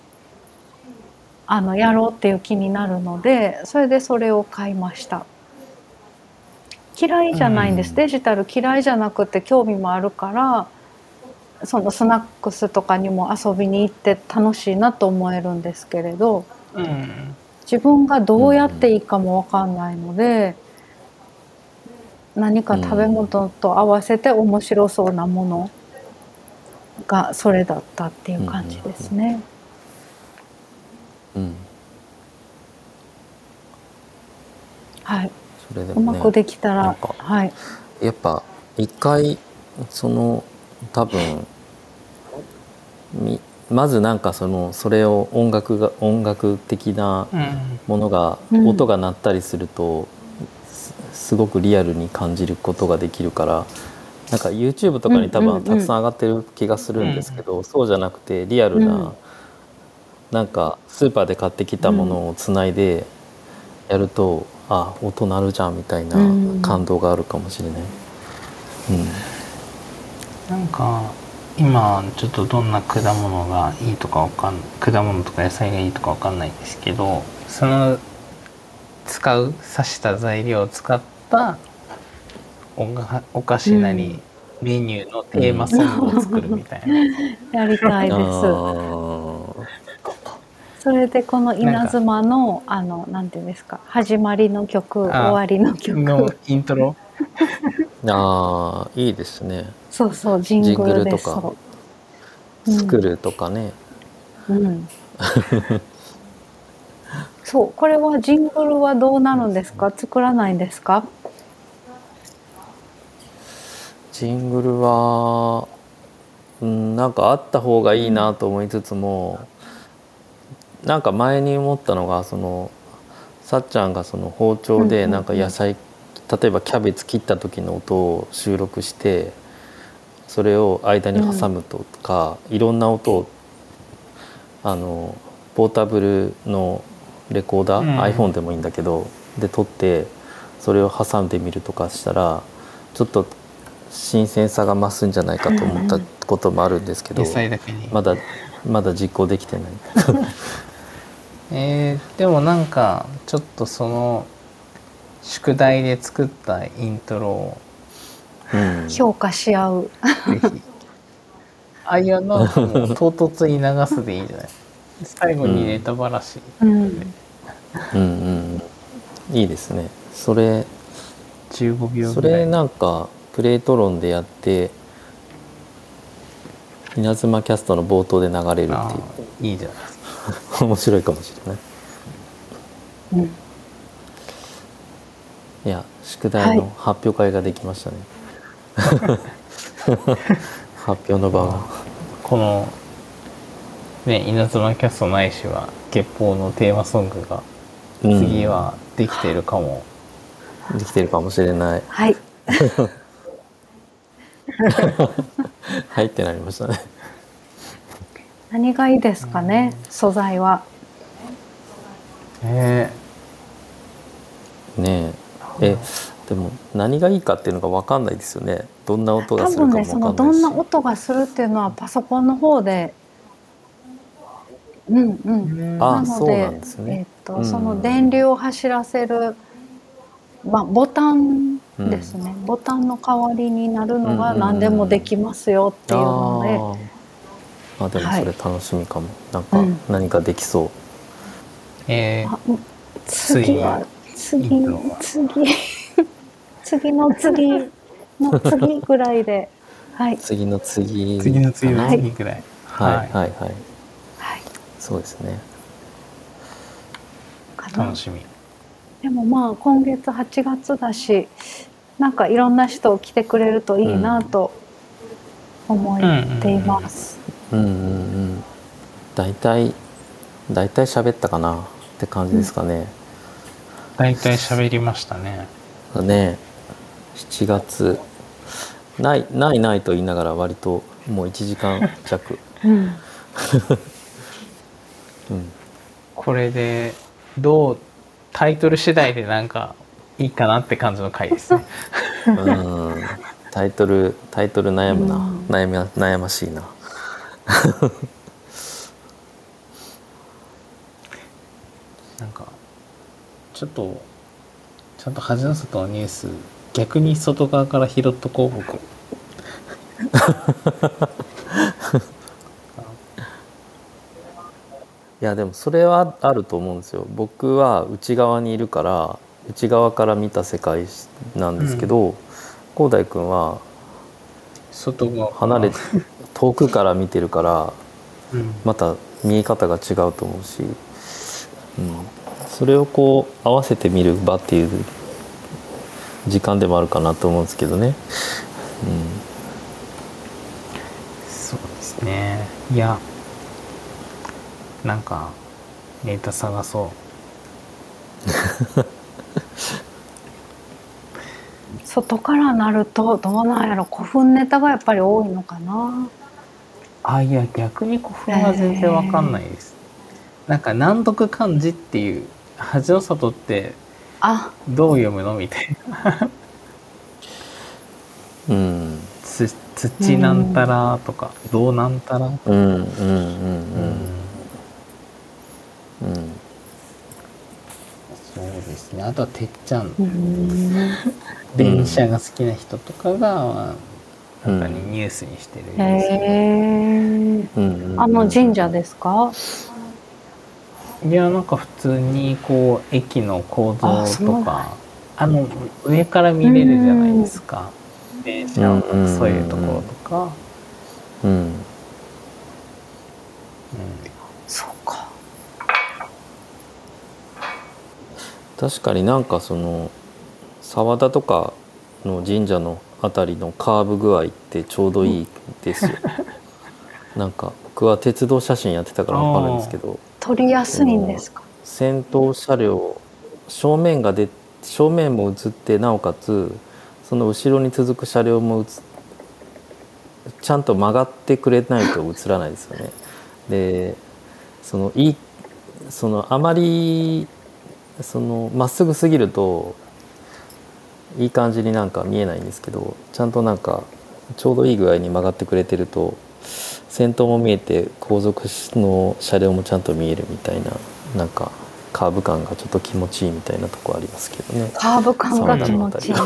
Speaker 2: あのやろうっていう気になるので、それでそれを買いました。嫌いじゃないんです、
Speaker 1: うん
Speaker 2: デジタル嫌いじゃなくて興味もあるから、そのスナックスとかにも遊びに行って楽しいなと思えるんですけれど、
Speaker 3: うん
Speaker 2: 自分がどうやっていいかも分かんないので、何か食べ物と合わせて面白そうなものがそれだったっていう感じですね。
Speaker 1: うん
Speaker 2: はい、
Speaker 1: それでもね
Speaker 2: うまくできたら、
Speaker 1: なんか
Speaker 2: はい、
Speaker 1: やっぱ一回その多分みまずなんかそのそれを音楽が音楽的な
Speaker 3: うん
Speaker 1: ものが、
Speaker 2: うん
Speaker 1: 音が鳴ったりするとすすごくリアルに感じることができるから、なんか YouTube とかに多
Speaker 2: うんうんうん
Speaker 1: 分たくさん上がってる気がするんですけど、そうじゃなくてリアルな、
Speaker 2: うん
Speaker 1: なんかスーパーで買ってきたものをつないでやると、あ音鳴るじゃんみたいな
Speaker 2: うん
Speaker 1: 感動があるかもしれない。うん
Speaker 3: なんか今ちょっとどんな果物がいいとかわかん果物とか野菜がいいとかわかんないんですけど、その使う刺した材料を使ったおがお菓子なり、メニューのテーマソングを作るみたいな、
Speaker 2: やりたい
Speaker 1: あ
Speaker 2: です。
Speaker 1: ー
Speaker 2: それでこの稲妻のあのなんていうんですか、始まりの曲、終わりの曲
Speaker 3: のイントロ
Speaker 1: あーいいですね。
Speaker 2: そうそうジン
Speaker 1: ジング
Speaker 2: グルで
Speaker 1: ルとか
Speaker 2: そう
Speaker 1: 作るとかね、
Speaker 2: うん、うんそうこれはジングルはどうなるんですか？作らないんですか？
Speaker 1: ジングルは、うん、なんかあった方がいいなと思いつつも、 なんか前に思ったのがそのさっちゃんがその包丁でなんか野菜、例えばキャベツ切った時の音を収録してそれを間に挟むとか、うん、いろんな音をあのポータブルのレコーダー、うん、iPhone でもいいんだけどで撮ってそれを挟んでみるとかしたらちょっと新鮮さが増すんじゃないかと思ったこともあるんですけど、
Speaker 3: 野菜だけに
Speaker 1: まだまだ実行できてない
Speaker 3: えー、でもなんかちょっとその宿題で作ったイントロを、
Speaker 2: うん、評価し合うぜひ
Speaker 3: あいやなんかもう唐突に流すでいいじゃない最後にネタばらし、
Speaker 1: うん、うんうんうんいいですねそれ
Speaker 3: じゅうごびょう
Speaker 1: それなんかプレート論でやって稲妻キャストの冒頭で流れるっていう
Speaker 3: いいじゃないですか
Speaker 1: 面白いかもしれない、うん、いや宿題の発表会ができましたね、はい、発表の場が
Speaker 3: このね稲妻キャストないしは月報のテーマソングが次はできてるかも、
Speaker 1: うん、できてるかもしれない
Speaker 2: はい
Speaker 1: はいってなりましたね
Speaker 2: 何がいいですかね、うん、素材は
Speaker 3: え
Speaker 1: ー、ねええでも何がいいかっていうのが分かんないですよねどんな音がするかも分かんないし
Speaker 2: 多分ねそのどんな音がするっていうのはパソコンの方でうんうん
Speaker 1: あなのでそうなんですね、
Speaker 2: えーとうん、その電流を走らせる、まあ、ボタンですね、うん、ボタンの代わりになるのが何でもできますよっていうので、うんうん
Speaker 1: ああでもそれ楽しみかも、はい、なんか何かできそう、うん、
Speaker 3: えー、
Speaker 2: 次は次次次の次の次ぐらいで、はい、
Speaker 1: 次の次
Speaker 3: 次の次の次ぐらい、
Speaker 1: はい、はいはいはいはいそうですね
Speaker 3: 楽しみ
Speaker 2: でもまあ今月はちがつだしなんかいろんな人来てくれるといいなと思っています。
Speaker 1: うんうんうん。だいたいだいたい喋ったかなって感じですかね。
Speaker 3: だいたい喋りましたね。
Speaker 1: ね、しちがつないないないと言いながら割ともういちじかん弱。うん。
Speaker 3: うん、これでどうタイトル次第でなんかいいかなって感じの回ですね。
Speaker 1: うんタイトルタイトル悩むな、うん、悩み悩ましいな。
Speaker 3: なんかちょっとちゃんと恥の外のニュース逆に外側から拾っとこう僕。
Speaker 1: いやでもそれはあると思うんですよ。僕は内側にいるから内側から見た世界なんですけど、広大君は
Speaker 3: 外側
Speaker 1: 離れて遠くから見てるからまた見え方が違うと思うし、うん、それをこう合わせて見る場っていう時間でもあるかなと思うんですけどね、うん、
Speaker 3: そうですね。いやなんかネタ探そう
Speaker 2: 外からなるとどうなんやろ古墳ネタがやっぱり多いのかな。
Speaker 3: あいや逆に古墳は全然わかんないです、えー、なんか難読漢字っていう恥の里ってどう読むのみたいな
Speaker 1: うん
Speaker 3: つ土なんたらとか、うん、どうなんたらとか、うんうんうんうん、うん、そうですね。あとはてっちゃん、うん、電車が好きな人とかがなんかにニュースにしてるんですけど、
Speaker 2: へー、あの神社ですか？
Speaker 3: いやなんか普通にこう駅の構造とか あ, あの上から見れるじゃないですか。電車のそういうところとか、うん、うん、
Speaker 2: そうか。
Speaker 1: 確かになんかその沢田とかの神社のあたりのカーブ具合ってちょうどいいですよ。なんか僕は鉄道写真やってたから分かるんですけど、
Speaker 2: 撮りやすいんですか？
Speaker 1: 先頭車両正面がで正面も映ってなおかつその後ろに続く車両も映ちゃんと曲がってくれないと映らないですよね。でそのいいそのあまりそのまっすぐすぎるといい感じになんか見えないんですけど、ちゃんとなんかちょうどいい具合に曲がってくれてると先頭も見えて後続の車両もちゃんと見えるみたいな、なんかカーブ感がちょっと気持ちいいみたいなとこありますけどね。
Speaker 2: カーブ感が気持ちいい。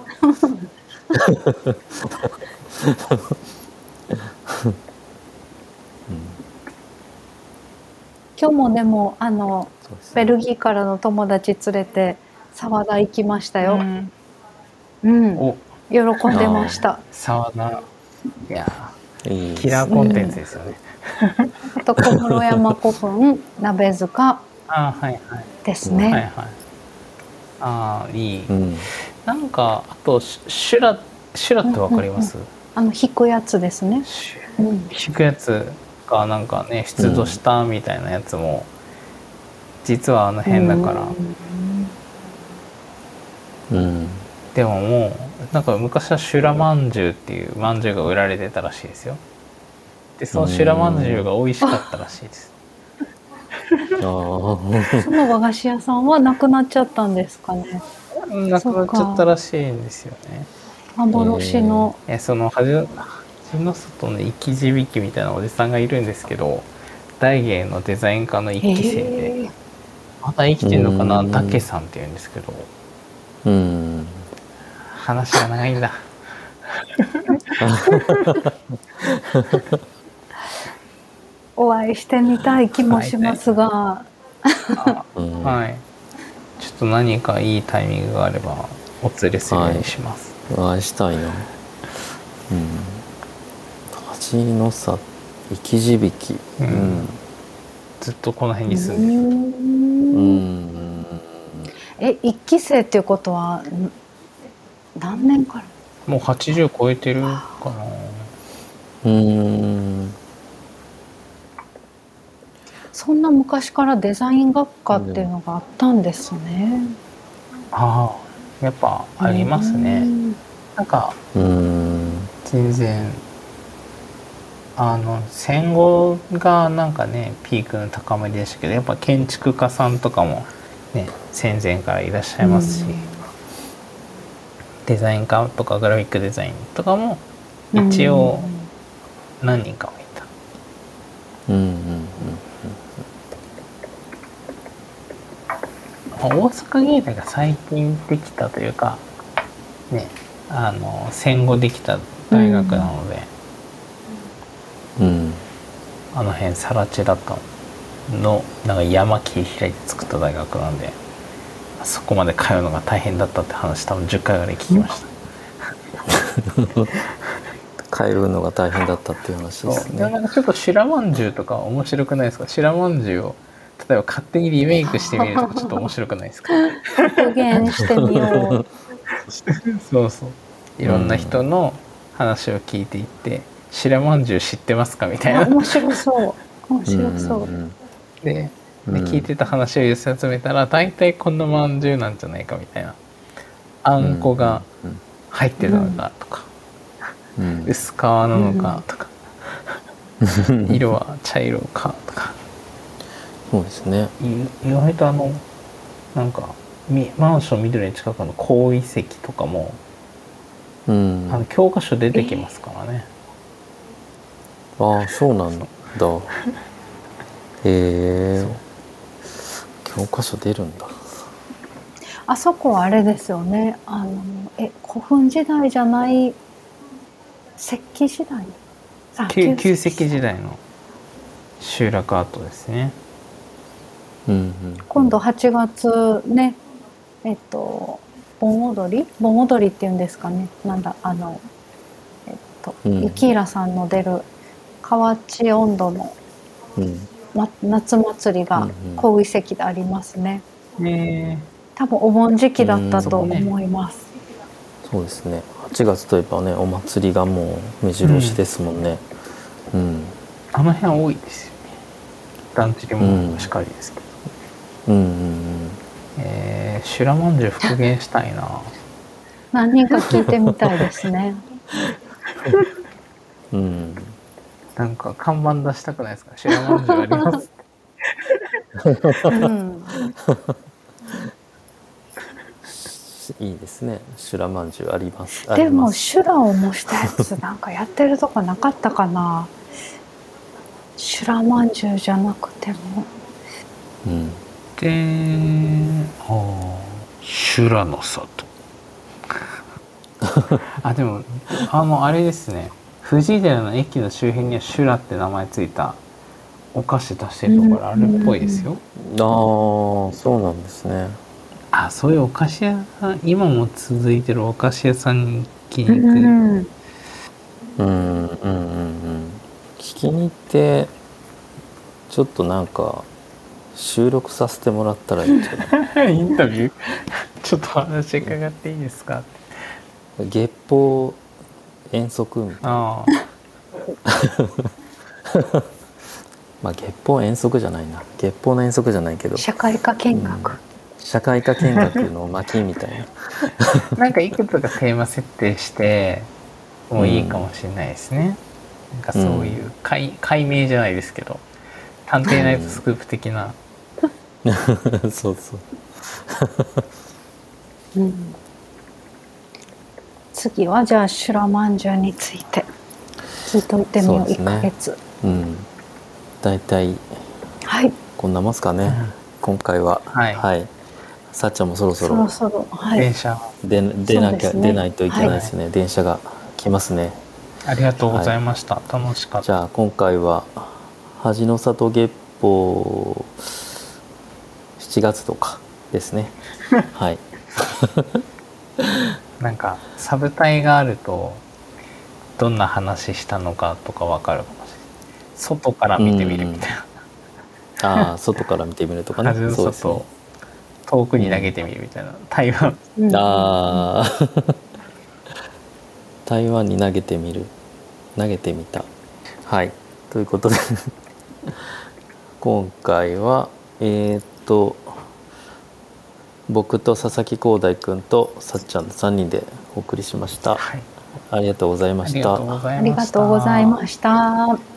Speaker 2: 今日もでもあの、ね、ベルギーからの友達連れて沢田行きましたよ。うんうん、お喜んでました。
Speaker 3: 沢田、いやいいキラーコンテンツですよね。
Speaker 2: うん、あと小室山古墳、鍋塚ですね。
Speaker 3: はいはい、ああいい、うん、なんかあとシュラシュラってわかります？うんうんうん、
Speaker 2: あの引くやつですね。
Speaker 3: うん、引くやつがなんかね出土したみたいなやつも、うん、実はあの辺だから。うん、うんでももうなんか昔は修羅まんじゅうっていうまんじゅうが売られてたらしいですよ。でその修羅まんじゅうが美味しかったらしいです。
Speaker 2: その和菓子屋さんはなくなっちゃったんですかね。
Speaker 3: なくなっちゃったらしいんですよね。
Speaker 2: 幻の。
Speaker 3: えそのはじの外の生き字引みたいなおじさんがいるんですけど、大芸のデザイン科の一期生で、まだ生きてるのかな、ダケさんっていうんですけど。うん話が長いんだ。
Speaker 2: お会いしてみたい気もしますが、
Speaker 3: はい。ちょっと何かいいタイミングがあればお連れするようにします。
Speaker 1: はい、お会いしたいな。うん。恥の差、生き字引、うん、うん。
Speaker 3: ずっとこの辺に住んでる。うん。
Speaker 2: え、一期生っていうことは何年から？
Speaker 3: もうはちじゅう超えてるかな。
Speaker 1: うーん。
Speaker 2: そんな昔からデザイン学科っていうのがあったんですね。
Speaker 3: ああ、やっぱありますね。なんか全然あの戦後がなんかねピークの高まりでしたけど、やっぱ建築家さんとかもね戦前からいらっしゃいますし。デザイン科とかグラフィックデザインとかも一応何人かはいた。うんうんうんうん、大阪芸大が最近できたというかね、あの戦後できた大学なので、うん、あの辺更地だったのなんか山切り開いて作った大学なんで。そこまで通うのが大変だったって話多分じゅっかいぐらい聞きました。
Speaker 1: 通うのが大変だったっていう話ですね。
Speaker 3: なんかちょっと修羅まんじゅうとか面白くないですか？修羅まんじゅうを例えば勝手にリメイクしてみるとかちょっと面白くないですか？
Speaker 2: 復元してみよう。
Speaker 3: そうそう。いろんな人の話を聞いていって、修羅まんじゅう知ってますかみたいな。
Speaker 2: 面白そう。面白そう。
Speaker 3: で。で聞いてた話を寄せ集めたら大体こんなまんじゅうなんじゃないかみたいな、あんこが入ってたのかとか、うん、薄皮なのかとか、うん、色は茶色かとか、
Speaker 1: そうですね。
Speaker 3: 意外とあのなんかマンション緑の近くの高遺跡とかも、うん、あの教科書出てきますからね。
Speaker 1: ああそうなんだ。へえ。教科書出るんだ。
Speaker 2: あそこはあれですよね。あのえ古墳時代じゃない石器時代。
Speaker 3: 旧旧石器時代の集落跡ですね。
Speaker 2: うんうん、今度はちがつね、えっと盆踊り盆踊りっていうんですかね。なんだあのえっと、うん、雪平さんの出る河内音頭の。うんま、夏祭りが小遺跡でありますね。うんうん、多分お盆時期だったと思います。
Speaker 1: うん、そうですね。はちがつといえばね、お祭りがもう目白押しですもんね。うん。
Speaker 3: うん、あの辺多いですよね。 だんじりもしかりですけ
Speaker 1: ど、うんうんうん、
Speaker 3: えー、修羅まんじゅう復元したいな。
Speaker 2: 何人か聞いてみたいですね。
Speaker 1: うん、
Speaker 3: なんか看板出したくないですか？修羅まんじゅうありますって。うん、
Speaker 1: いいですね。修羅まんじゅうあります。
Speaker 2: でも修羅を模したやつなんかやってるとこなかったかな。修羅まんじゅうじゃなくても。
Speaker 3: うん。で、ああ、修羅の里。あ、でもあのあれですね。藤井寺の駅の周辺には修羅って名前ついたお菓子出してるところあるっぽいですよ。
Speaker 1: ああ、そうなんですね。
Speaker 3: あ、そういうお菓子屋さん、今も続いてるお菓子屋さんに聞きに行く。うん
Speaker 1: うんうんうんうん。聞きに行ってちょっとなんか収録させてもらったらいいんじゃない？
Speaker 3: インタビューちょっと話伺っていいですか？
Speaker 1: 月報遠足みたいな。あまあ月報遠足じゃないな。月報の遠足じゃないけど。
Speaker 2: 社会科見学。うん、
Speaker 1: 社会科見学の巻みたいな。
Speaker 3: なんかいくつかテーマ設定してもういいかもしれないですね。うん、なんかそういう解、解明じゃないですけど、探偵ナイトスクープ的な。
Speaker 1: そうそう。
Speaker 2: うん、次はじゃあ修羅まんじゅうについて聞いといてみよう。ね、いっかげつ。うん。
Speaker 1: だいたいこんなもんすかね。うん、今回は、はい、はい。さっちゃんもそろそろ
Speaker 2: そろそろ、はい、
Speaker 3: 電車
Speaker 1: で出なきゃ、ね、出ないといけないですね。はい、電車が来ますね。
Speaker 3: ありがとうございました。はい、楽しかった。
Speaker 1: じゃあ今回は恥の里月報しちがつとかですね。はい。
Speaker 3: なんかサブタイがあるとどんな話したのかとかわかるかもしれない。外から見てみるみたい
Speaker 1: な。ああ、外から見てみるとかね。
Speaker 3: 恥の里を遠くに投げてみるみたいな。台湾。
Speaker 1: ああ。台湾に投げてみる。投げてみた。はい。ということで今回はえー、っと僕と佐々木光大くんとさっちゃんのさんにんでお送りしました。はい、ありがとうございました。
Speaker 2: ありがとうございました。